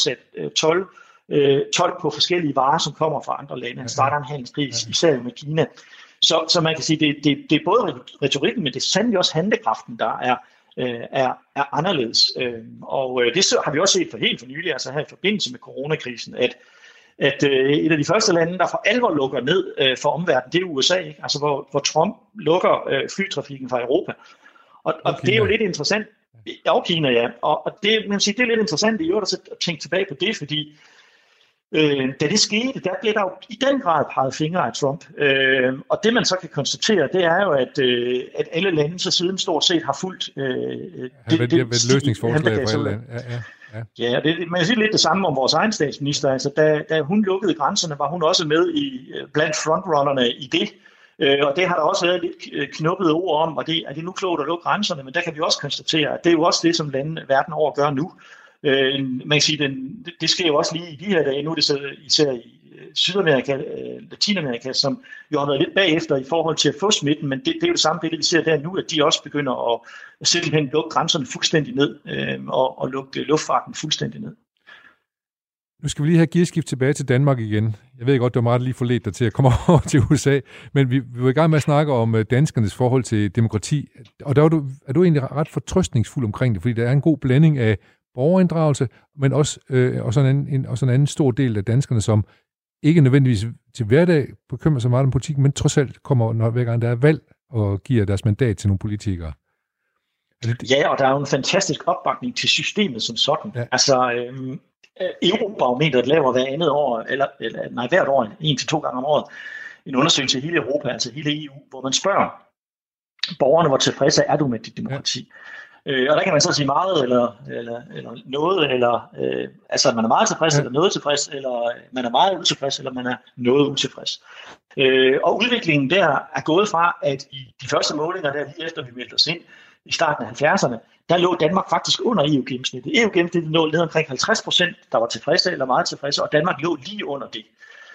12 på forskellige varer, som kommer fra andre lande. Han starter en handelskrig, især med Kina. Så man kan sige, det er både retorikken, men det er sandelig også handlekraften, der er anderledes. Og det har vi også set for nylig, altså her i forbindelse med coronakrisen, at et af de første lande, der for alvor lukker ned for omverdenen, det er USA, ikke? Altså hvor Trump lukker flytrafikken fra Europa. Og det er jo lidt interessant. Og Kina, ja. Og det, man siger, det er lidt interessant i øvrigt at tænke tilbage på det, fordi da det skete, der blev der jo i den grad peget fingre af Trump. Og det man så kan konstatere, det er jo, at alle lande så siden stort set har fulgt det løsningsforslag for alle lande. Ja, man kan sige lidt det samme om vores egen statsminister. Altså, da hun lukkede grænserne, var hun også med blandt frontrunnerne i det. Og det har der også været lidt knuppede ord om, og er det nu klogt at lukke grænserne, men der kan vi også konstatere, at det er jo også det, som verden over gør nu. Man kan sige, det sker jo også lige i de her dage. Nu er det så især i Sydamerika, Latinamerika, som jo har været lidt bagefter i forhold til at få smitten, men det er jo det samme billede, vi ser der nu, at de også begynder at simpelthen lukke grænserne fuldstændig ned og lukke luftfarten fuldstændig ned. Nu skal vi lige have gearskift tilbage til Danmark igen. Jeg ved godt, det var meget lige forledt dig til at komme over til USA, men vi var i gang med at snakke om danskernes forhold til demokrati, og der er du egentlig ret fortrøstningsfuld omkring det, fordi der er en god blanding af borgerinddragelse, men også sådan en anden stor del af danskerne, som ikke nødvendigvis til hverdag bekymrer sig meget om politik, men trods alt kommer, hver gang der er valg, og giver deres mandat til nogle politikere. Ja, og der er jo en fantastisk opbakning til systemet som sådan. Ja. Altså, Eurobarometeret laver hvert år, 1 til 2 gange om året, en undersøgelse i hele Europa, altså hele EU, hvor man spørger borgerne, hvor tilfredse er du med dit demokrati? Og der kan man så sige meget eller noget, altså man er meget tilfreds eller noget tilfreds, eller man er meget utilfreds, eller man er noget utilfreds. Og udviklingen der er gået fra, at i de første målinger, der lige efter vi meldte os ind i starten af 70'erne, der lå Danmark faktisk under EU-gennemsnittet. EU-gennemsnittet lå ned omkring 50%, der var tilfredse eller meget tilfredse, og Danmark lå lige under det.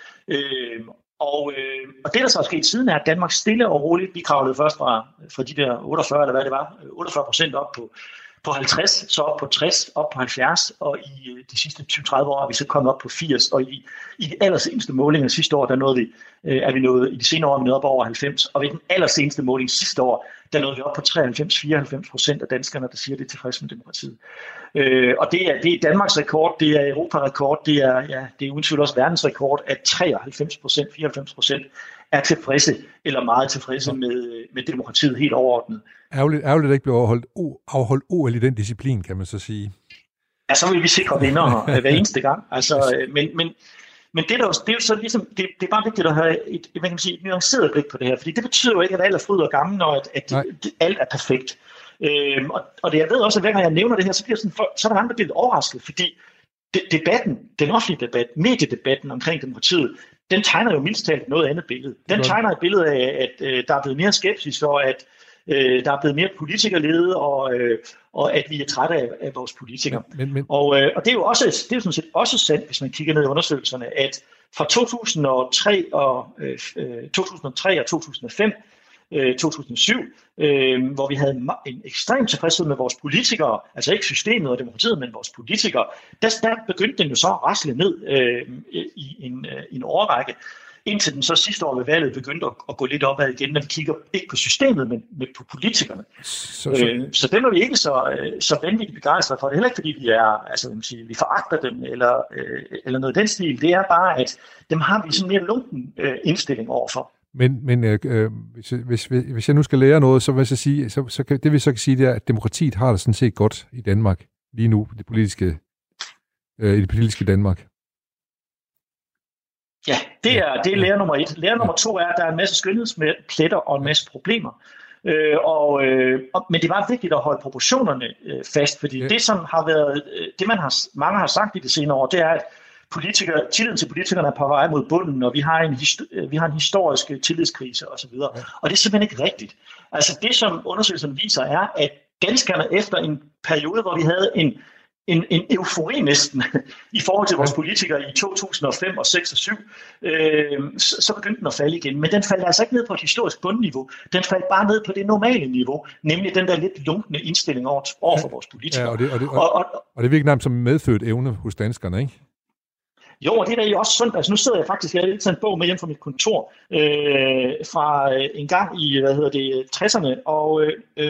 Og det, der så er sket siden, er, at Danmark stille og roligt, vi kravlede først fra de der 48, eller hvad det var, 48% op på 50, så op på 60, op på 70, og i de sidste 20-30 år er vi så kommet op på 80, og i de allerseneste målinger sidste år, der nåede vi, i de senere år er vi nået op over 90, og ved den allerseneste måling sidste år, der nåede vi op på 93-94% af danskerne, der siger, det er tilfreds med demokratiet. Og det er Danmarks rekord, det er Europa-rekord, det er uden tvivl også verdensrekord, at 93%, 94% er tilfredse eller meget tilfredse med demokratiet helt overordnet. Ærgerligt, at ikke blev afholdt OL i den disciplin, kan man så sige. Ja, så vil vi sikre vinder hver eneste gang. Altså, men det er jo så ligesom, det er bare vigtigt at have et nuanceret blik på det her, fordi det betyder jo ikke, at alt er fryd og gammel, og at alt er perfekt. Og jeg ved også, at hver gang jeg nævner det her, så er der andre, der bliver lidt overrasket, fordi debatten, den offentlige debat, mediedebatten omkring demokratiet, den tegner jo mindst talt noget andet billede. Den tegner et billede af, at der er blevet mere skepsis, og at der er blevet mere politikerlede, og at vi er trætte af vores politikere. Og det er jo sådan set også sandt, hvis man kigger ned i undersøgelserne, at fra 2003 og 2005, 2007, hvor vi havde en ekstrem tilfredshed med vores politikere, altså ikke systemet og demokratiet, men vores politikere, der begyndte den jo så at rasle ned i en årrække, indtil den så sidste år ved valget begyndte at gå lidt opad igen, når vi kigger ikke på systemet, men på politikerne. Så dem er vi ikke så vanvittigt begejstrede for. Det er heller ikke, fordi vi foragter dem, eller noget i den stil. Det er bare, at dem har vi sådan mere lunken indstilling overfor. Men hvis jeg nu skal lære noget, så vil jeg sige, så kan, det vi så kan sige, det er, at demokratiet har det sådan set godt i Danmark lige nu, i det politiske Danmark. Ja, det er lære nummer 1. Lære nummer 2 er, at der er en masse skønhedspletter og en masse problemer. Men det er bare vigtigt at holde proportionerne fast, fordi det, som har været, det mange har sagt i det senere år, det er, at tilliden til politikerne er på vej mod bunden, og vi har en historisk tillidskrise osv. Og det er simpelthen ikke rigtigt. Altså det, som undersøgelsen viser, er, at danskerne efter en periode, hvor vi havde en eufori næsten i forhold til vores politikere i 2005 og 6 og 7, så begyndte den at falde igen. Men den faldt altså ikke ned på et historisk bundniveau. Den faldt bare ned på det normale niveau, nemlig den der lidt lunkne indstilling over for vores politikere. Ja, og det virker nærmest som medfødt evne hos danskerne, ikke? Jo, og det er da jo også sundt. Altså nu sidder jeg faktisk, jeg har lidt taget en bog med hjem fra mit kontor fra en gang i, 60'erne, og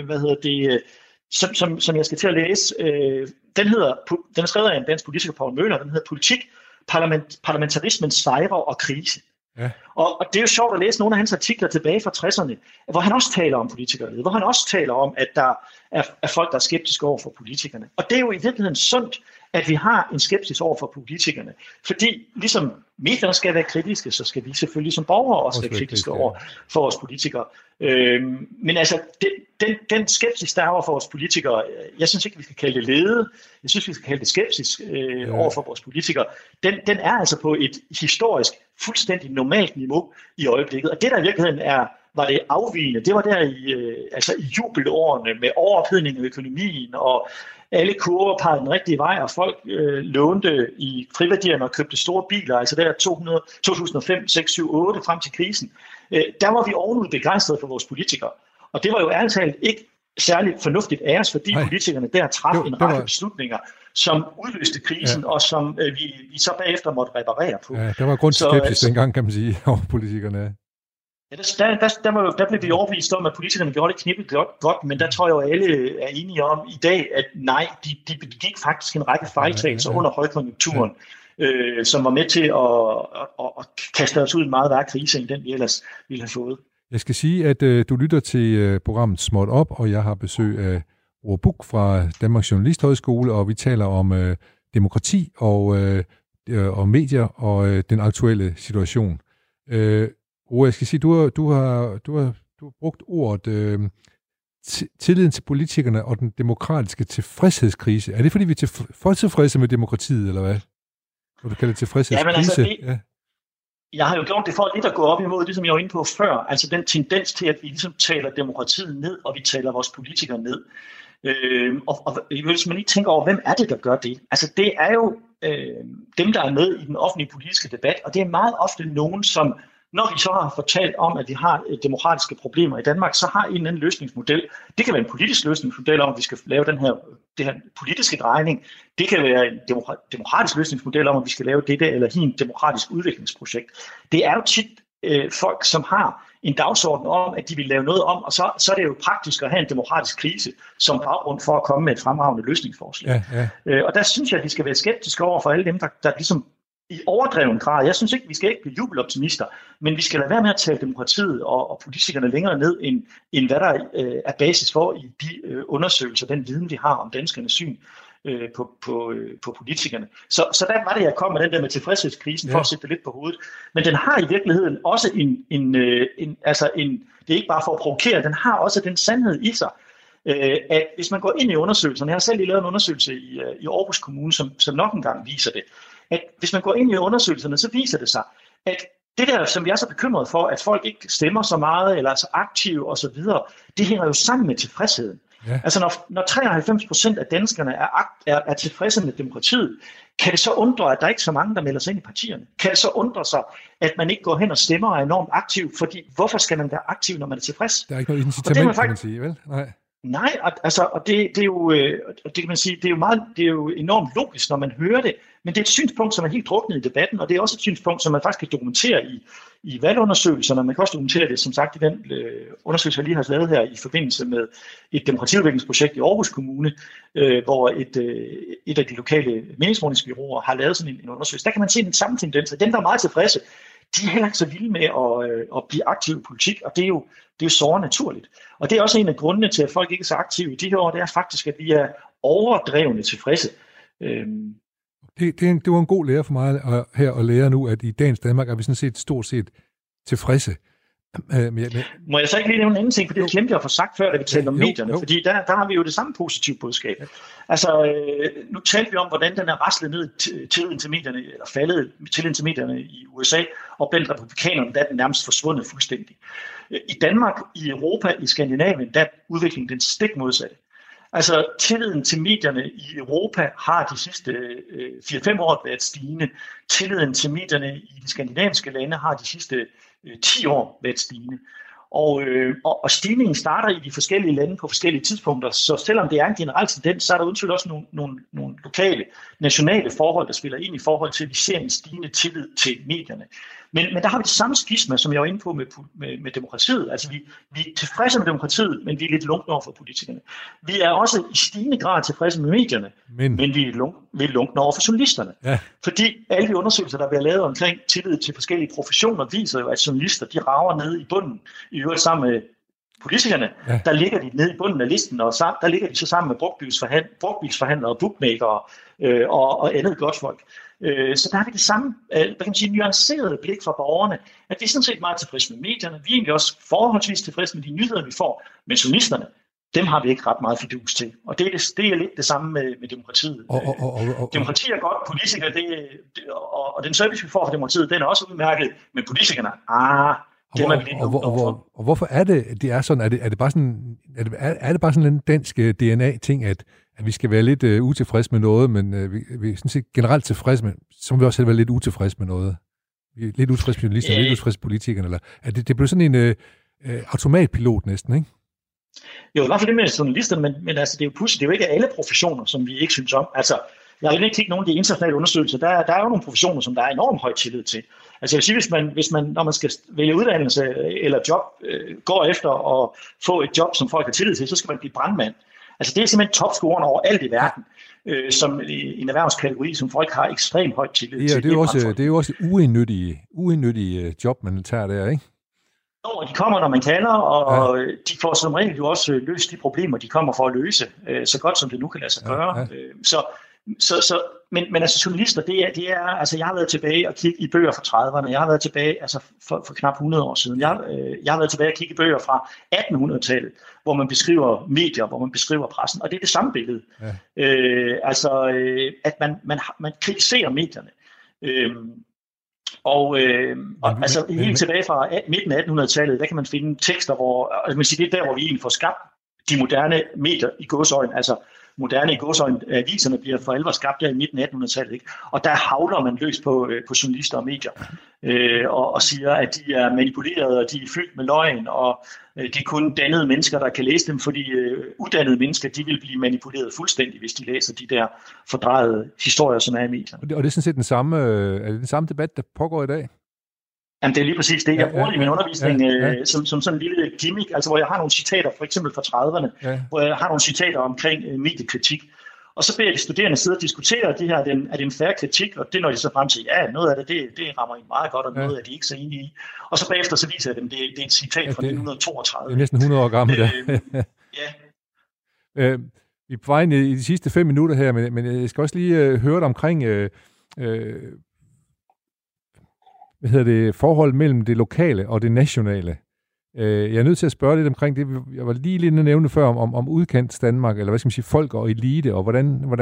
som jeg skal til at læse. Den er skrevet af en dansk politiker, Poul Møller, den hedder Politik, parlamentarismens sejre og krise. Ja. Og det er jo sjovt at læse nogle af hans artikler tilbage fra 60'erne, hvor han også taler om politikerne, hvor han også taler om, at der er folk, der er skeptiske over for politikerne. Og det er jo i virkeligheden sundt, at vi har en skepsis over for politikerne. Fordi ligesom medierne skal være kritiske, så skal vi selvfølgelig som borgere også være kritiske over for vores politikere. Men altså, den skepsis, der er over for vores politikere, jeg synes ikke, vi skal kalde det lede. Jeg synes, vi skal kalde det skepsis over for vores politikere. Den er altså på et historisk fuldstændig normalt niveau i øjeblikket. Og det, der i virkeligheden var det afvigende, det var der i jubelårene med overophedning af økonomien, og alle kurver pegede den rigtige vej, og folk lånte i friværdierne og købte store biler, altså der 2005, 6, 7, 8 frem til krisen. Der var vi ovenud begejstrede for vores politikere. Og det var jo ærligt talt ikke særligt fornuftigt af os, fordi politikerne der traf en række beslutninger, som udløste krisen, og som vi så bagefter måtte reparere på. Ja, der var grund til skepsis dengang, kan man sige, over politikerne. Ja, der blev vi overbevist om, at politikerne gjorde det knippet godt, men der tror jeg jo, alle er enige om i dag, at nej, de begik faktisk en række fejltagelser under højkonjunkturen, som var med til at kaste os ud i en meget værre krise, end den vi ellers ville have fået. Jeg skal sige, at du lytter til programmet Småt Op, og jeg har besøg af Ove Buch fra Danmarks Journalisthøjskole, og vi taler om demokrati og medier og den aktuelle situation. Ove, jeg skal sige, du har brugt ordet tilliden til politikerne og den demokratiske tilfredshedskrise. Er det, fordi vi er for tilfredse med demokratiet, eller hvad? Hvor du kalder det tilfredshedskrise? Ja. Jeg har jo gjort det for lidt at gå op imod det, som jeg var inde på før. Altså den tendens til, at vi ligesom taler demokratiet ned, og vi taler vores politikere ned. Og hvis man lige tænker over, hvem er det, der gør det? Altså det er jo dem, der er med i den offentlige politiske debat, og det er meget ofte nogen, som, når vi så har fortalt om, at vi har demokratiske problemer i Danmark, så har en eller anden løsningsmodel. Det kan være en politisk løsningsmodel om, at vi skal lave det her politiske drejning. Det kan være en demokratisk løsningsmodel om, at vi skal lave dette eller hin demokratisk udviklingsprojekt. Det er jo tit folk, som har en dagsorden om, at de vil lave noget om, og så er det jo praktisk at have en demokratisk krise som baggrund for at komme med et fremragende løsningsforslag. Ja. Og der synes jeg, at vi skal være skeptiske over for alle dem, der ligesom i overdreven grad. Jeg synes ikke, vi skal ikke blive jubeloptimister, men vi skal lade være med at tale demokratiet og politikerne længere ned, end hvad der er basis for i de undersøgelser, den viden, vi har om danskernes syn på politikerne. Så der var det, jeg kom med den der med tilfredshedskrisen, for at sætte det lidt på hovedet. Men den har i virkeligheden også det er ikke bare for at provokere, den har også den sandhed i sig, at hvis man går ind i undersøgelserne, jeg har selv lige lavet en undersøgelse i Aarhus Kommune, som nok engang viser det, at hvis man går ind i undersøgelserne, så viser det sig, at det der, som vi er så bekymret for, at folk ikke stemmer så meget, eller er så aktive osv., det hænger jo sammen med tilfredsheden. Ja. Altså når 93% af danskerne er tilfredse med demokratiet, kan det så undre, at der ikke er så mange, der melder sig ind i partierne? Kan det så undre sig, at man ikke går hen og stemmer og er enormt aktiv? Fordi hvorfor skal man være aktiv, når man er tilfreds? Der er ikke noget incitament, kan man sige, vel? Nej, altså, og det er jo, det kan man sige, det er jo enormt logisk, når man hører det, men det er et synspunkt, som er helt druknet i debatten, og det er også et synspunkt, som man faktisk kan dokumentere i valgundersøgelserne. Man kan også dokumentere det, som sagt, i den undersøgelse, jeg lige har lavet her i forbindelse med et demokratiudviklingsprojekt i Aarhus Kommune, hvor et af de lokale meningsmålingsbureauer har lavet sådan en undersøgelse. Der kan man se den samme tendens. Dem, der er meget tilfredse, de er heller ikke så vilde med at blive aktive i politik, og det er jo såre naturligt. Og det er også en af grundene til, at folk ikke er så aktive i de her år, det er faktisk, at vi er overdrevne tilfredse. Det var en god lære for mig her at lære nu, at i dagens Danmark er vi sådan set stort set tilfredse. Må jeg så ikke lige nævne en anden ting, for det glemte jeg at få sagt før, da vi talte om medierne, fordi der har vi jo det samme positive budskab. Altså, nu talte vi om, hvordan den er raslet ned tilliden til medierne, eller faldet tilliden til medierne i USA, og blandt republikanerne, der er den nærmest forsvundet fuldstændig. I Danmark, i Europa, i Skandinavien, der er udviklingen den stik modsatte. Altså, tilliden til medierne i Europa har de sidste 4-5 år været stigende. Tilliden til medierne i de skandinaviske lande har de sidste 10 år været stigende. Og stigningen starter i de forskellige lande på forskellige tidspunkter, så selvom det er en generel tendens, så er der uden tvivl også nogle lokale, nationale forhold, der spiller ind i forhold til, at vi ser en stigende tillid til medierne. Men der har vi det samme skisma, som jeg var inde på med demokratiet. Altså vi er tilfredse med demokratiet, men vi er lidt lunkne over for politikerne. Vi er også i stigende grad tilfredse med medierne, men vi er lunkne over for journalisterne. Ja. Fordi alle de undersøgelser, der bliver lavet omkring tillid til forskellige professioner, viser jo, at journalister, de rager ned i bunden, i øvrigt sammen med politikerne. Ja. Der ligger de nede i bunden af listen, og der ligger de så sammen med brugtbilsforhandlere, bookmakere og andet godt folk. Så der har vi det samme, hvad kan man sige, nuancerede blik fra borgerne, at vi er sådan set meget tilfredse med medierne. Vi er egentlig også forholdsvis tilfredse med de nyheder, vi får, men journalisterne, dem har vi ikke ret meget fidus til. Og det er lidt det samme med demokratiet. Demokrati er godt, politikere, og den service, vi får fra demokratiet, den er også udmærket, men politikerne, og hvorfor er det er sådan? Er det bare sådan, er det bare sådan en dansk DNA-ting, at vi skal være lidt utilfredse med noget, men vi er sådan set generelt tilfredse med, så må vi også selv være lidt utilfredse med noget. Vi er lidt utilfredse med journalisterne, lidt utilfredse med politikerne, eller det bliver sådan en automatpilot næsten, ikke? Jo, i hvert fald det med journalisterne, men altså, det er jo pudsigt, det er jo ikke alle professioner, som vi ikke synes om. Altså, jeg vil ikke kigge nogen af de internationale undersøgelser, der er jo nogle professioner, som der er enormt høj tillid til. Altså jeg vil sige, hvis man når man skal vælge uddannelse eller job, går efter at få et job, som folk har tillid til, så skal man blive brandmand. Altså det er simpelthen topscoren over alt i verden, som en erhvervskategori, som folk har ekstremt højt tillid til. Ja, det er jo også uindnyttige job, man tager der, ikke? Og de kommer, når man kalder, og de får som regel jo også løst de problemer, de kommer for at løse, så godt som det nu kan lade sig gøre. Men altså journalister, det er, altså jeg har været tilbage og kigge i bøger fra 30'erne, jeg har været tilbage, altså for knap 100 år siden, jeg har været tilbage og kigge i bøger fra 1800-tallet, hvor man beskriver medier, hvor man beskriver pressen, og det er det samme billede. Ja. At man kritiserer medierne. Altså helt tilbage fra midten af 1800-tallet, der kan man finde tekster, hvor, altså man siger, det er der, hvor vi egentlig får skabt de moderne medier i gåseøjne, altså moderne i gåseøjne, aviserne bliver for alvor skabt der i midten af 1800-tallet, ikke? Og der havler man løs på journalister og medier, og siger, at de er manipuleret, og de er fyldt med løgn, og det er kun dannede mennesker, der kan læse dem, fordi uddannede mennesker, de vil blive manipuleret fuldstændig, hvis de læser de der fordrejede historier, som er i medierne. Og det er sådan set den samme debat, der pågår i dag? Jamen, det er lige præcis det. Jeg bruger det i min undervisning som sådan en lille gimmick, altså hvor jeg har nogle citater, for eksempel fra 30'erne, hvor jeg har nogle citater omkring mediekritik. Og så beder jeg de studerende sidde og diskutere, det her, er det en fair kritik? Og det når de så frem til, ja, noget af det rammer en meget godt, og noget af de ikke så enige i. Og så bagefter så viser jeg dem, det er et citat fra 1932. Det er næsten 100 år gammelt. Ja. Vi er på vej i de sidste 5 minutter her, men jeg skal også lige høre dig omkring forhold mellem det lokale og det nationale. Jeg er nødt til at spørge lidt omkring det. Jeg var lige lidt nævne før om udkants Danmark, eller hvad skal man sige, folk og elite, og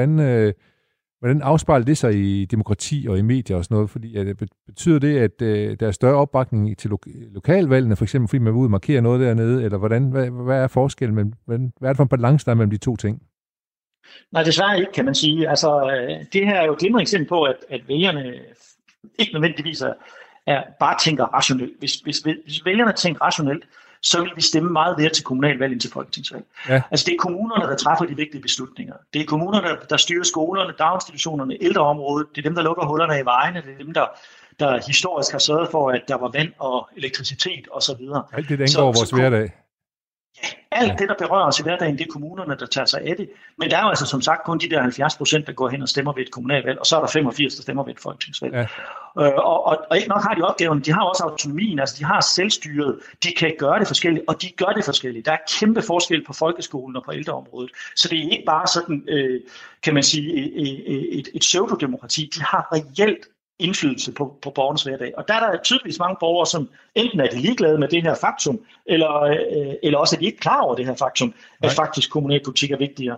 hvordan afspejler det sig i demokrati og i medier og sådan noget? Fordi betyder det, at der er større opbakning til lokalvalgene, for eksempel fordi man vil ud og markere noget dernede, eller hvad er forskellen mellem, hvad er det for en balance der mellem de to ting? Nej, desværre ikke, kan man sige. Altså, det her er jo et glimrende eksempel på, at vælgerne ikke nødvendigvis bare tænker rationelt. Hvis vælgerne tænker rationelt, så vil vi stemme meget mere til kommunalvalg end til folketingsvalg. Ja. Altså det er kommunerne, der træffer de vigtige beslutninger. Det er kommunerne, der styrer skolerne, daginstitutionerne, ældreområdet. Det er dem, der lukker hullerne i vejene. Det er dem, der historisk har sørget for, at der var vand og elektricitet osv. Alt det, der indgår vores hverdag. Ja, alt det, der berører os i hverdagen, det er kommunerne, der tager sig af det. Men der er jo altså som sagt kun de der 70%, der går hen og stemmer ved et kommunalvalg, og så er der 85, der stemmer ved et folketingsvalg. Ja. Og ikke nok har de opgaven, de har også autonomien, altså de har selvstyret, de kan gøre det forskelligt, og de gør det forskelligt. Der er kæmpe forskel på folkeskolen og på ældreområdet. Så det er ikke bare sådan, kan man sige, et pseudodemokrati. De har reelt indflydelse på borgernes hverdag. Og der er der tydeligvis mange borgere, som enten er de ligeglade med det her faktum, eller også er de ikke klar over det her faktum, at faktisk kommunalpolitik er vigtigere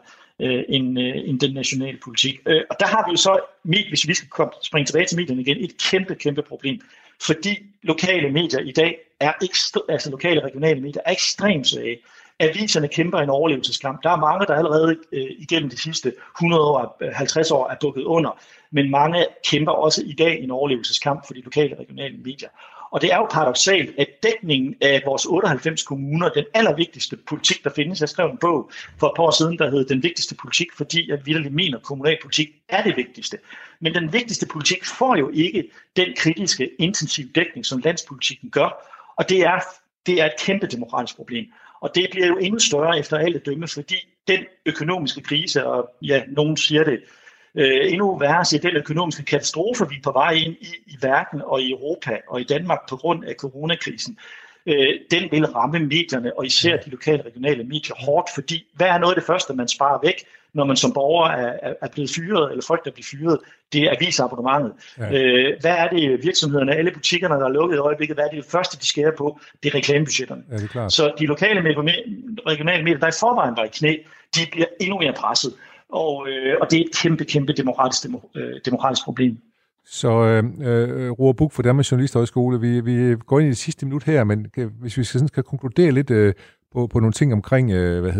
end den nationale politik. Og der har vi jo så, hvis vi skal springe tilbage til medierne igen, et kæmpe problem. Fordi lokale medier i dag altså lokale regionale medier er ekstremt svage. Aviserne kæmper en overlevelseskamp. Der er mange, der allerede igennem de sidste 100 år, 50 år er dukket under, men mange kæmper også i dag en overlevelseskamp for de lokale regionale medier. Og det er jo paradoksalt, at dækningen af vores 98 kommuner, den allervigtigste politik, der findes, jeg skrev en bog for et par år siden, der hed Den vigtigste politik, fordi jeg vitterligt mener, at kommunalpolitik er det vigtigste. Men den vigtigste politik får jo ikke den kritiske, intensive dækning, som landspolitikken gør, og det er et kæmpe demokratisk problem. Og det bliver jo endnu større efter alt at dømme, fordi den økonomiske krise, og ja, nogen siger det endnu værre, siger den økonomiske katastrofe, vi er på vej ind i verden og i Europa og i Danmark på grund af coronakrisen, den vil ramme medierne, og især de lokale regionale medier hårdt, fordi hvad er noget af det første, man sparer væk, når man som borger er blevet fyret, eller frygter at blive fyret, det er avisabonnementet. Ja. Hvad er det virksomhederne, alle butikkerne, der er lukket i øjeblikket, hvad er det første, de skærer på? Det er reklamebudgetterne. Ja, det er så de lokale regionale medier, der i forvejen var i knæ, de bliver endnu mere presset. Og det er et kæmpe demokratisk problem. Så Roar Buch fra Danmarks Journalisthøjskole, vi går ind i det sidste minut her, men hvis vi skal konkludere lidt på nogle ting omkring,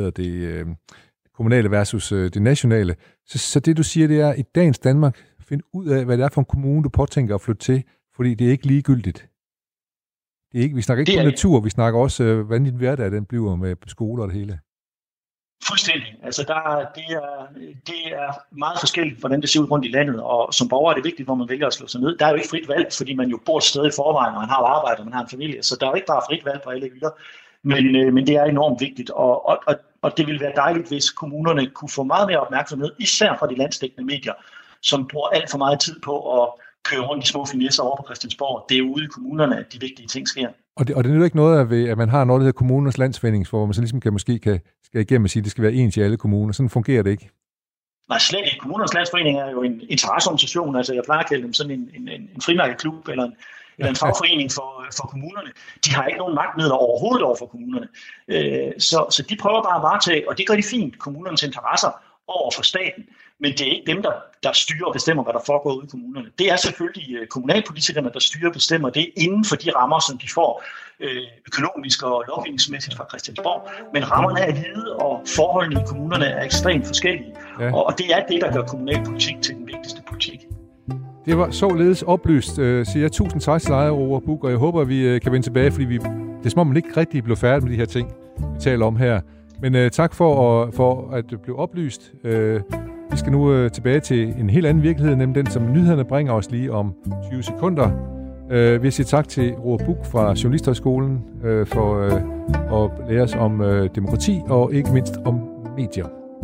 kommunale versus det nationale, så det du siger, det er, i dagens Danmark, find ud af, hvad det er for en kommune, du påtænker at flytte til, fordi det er ikke ligegyldigt. Det er ikke, vi snakker ikke om natur, vi snakker også, hvordan din hverdag den bliver med skoler og det hele. Fuldstændig. Altså det er meget forskelligt, hvordan det ser ud rundt i landet, og som borger er det vigtigt, hvor man vælger at slå sig ned. Der er jo ikke frit valg, fordi man jo bor et sted i forvejen, og man har arbejde, og man har en familie, så der er jo ikke bare frit valg på alle hylder. Men det er enormt vigtigt, og det ville være dejligt, hvis kommunerne kunne få meget mere opmærksomhed, især fra de landsdækkende medier, som bruger alt for meget tid på at køre rundt i små finesser over på Christiansborg. Det er ude i kommunerne, at de vigtige ting sker. Og det er jo ikke noget, at man har noget, der hedder kommunernes landsforening, hvor man så ligesom måske kan igennem og sige, at det skal være ens i alle kommuner. Sådan fungerer det ikke. Nej, slet ikke. Kommunernes Landsforening er jo en interesseorganisation, altså jeg plejer at kalde dem sådan en frimærkeklub eller en fagforening for kommunerne. De har ikke nogen magtmidler overhovedet over for kommunerne. Så de prøver bare at varetage, og det gør de fint, kommunernes interesser over for staten. Men det er ikke dem, der styrer og bestemmer, hvad der foregår ude i kommunerne. Det er selvfølgelig kommunalpolitikerne, der styrer og bestemmer det inden for de rammer, som de får økonomisk og lovgivningsmæssigt fra Christiansborg. Men rammerne er hvide, og forholdene i kommunerne er ekstremt forskellige. Ja. Og det er det, der gør kommunalpolitik til den vigtigste politik. Det var således oplyst, siger jeg. Tusind tak til dig, Roar Buch, og jeg håber, at vi kan vende tilbage, fordi det er som om, man ikke rigtig blev færdig med de her ting, vi taler om her. Men tak for at det blev oplyst. Vi skal nu tilbage til en helt anden virkelighed, nemlig den, som nyhederne bringer os lige om 20 sekunder. Vi siger tak til Roar Buch fra Journalisthøjskolen for at lære os om demokrati og ikke mindst om medier.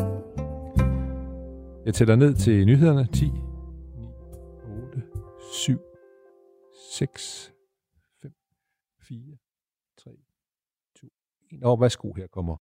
Jeg tæller ned til nyhederne. 10, 9, 8, 7, 6, 5, 4, 3, 2, 1. Og værsgo, her kommer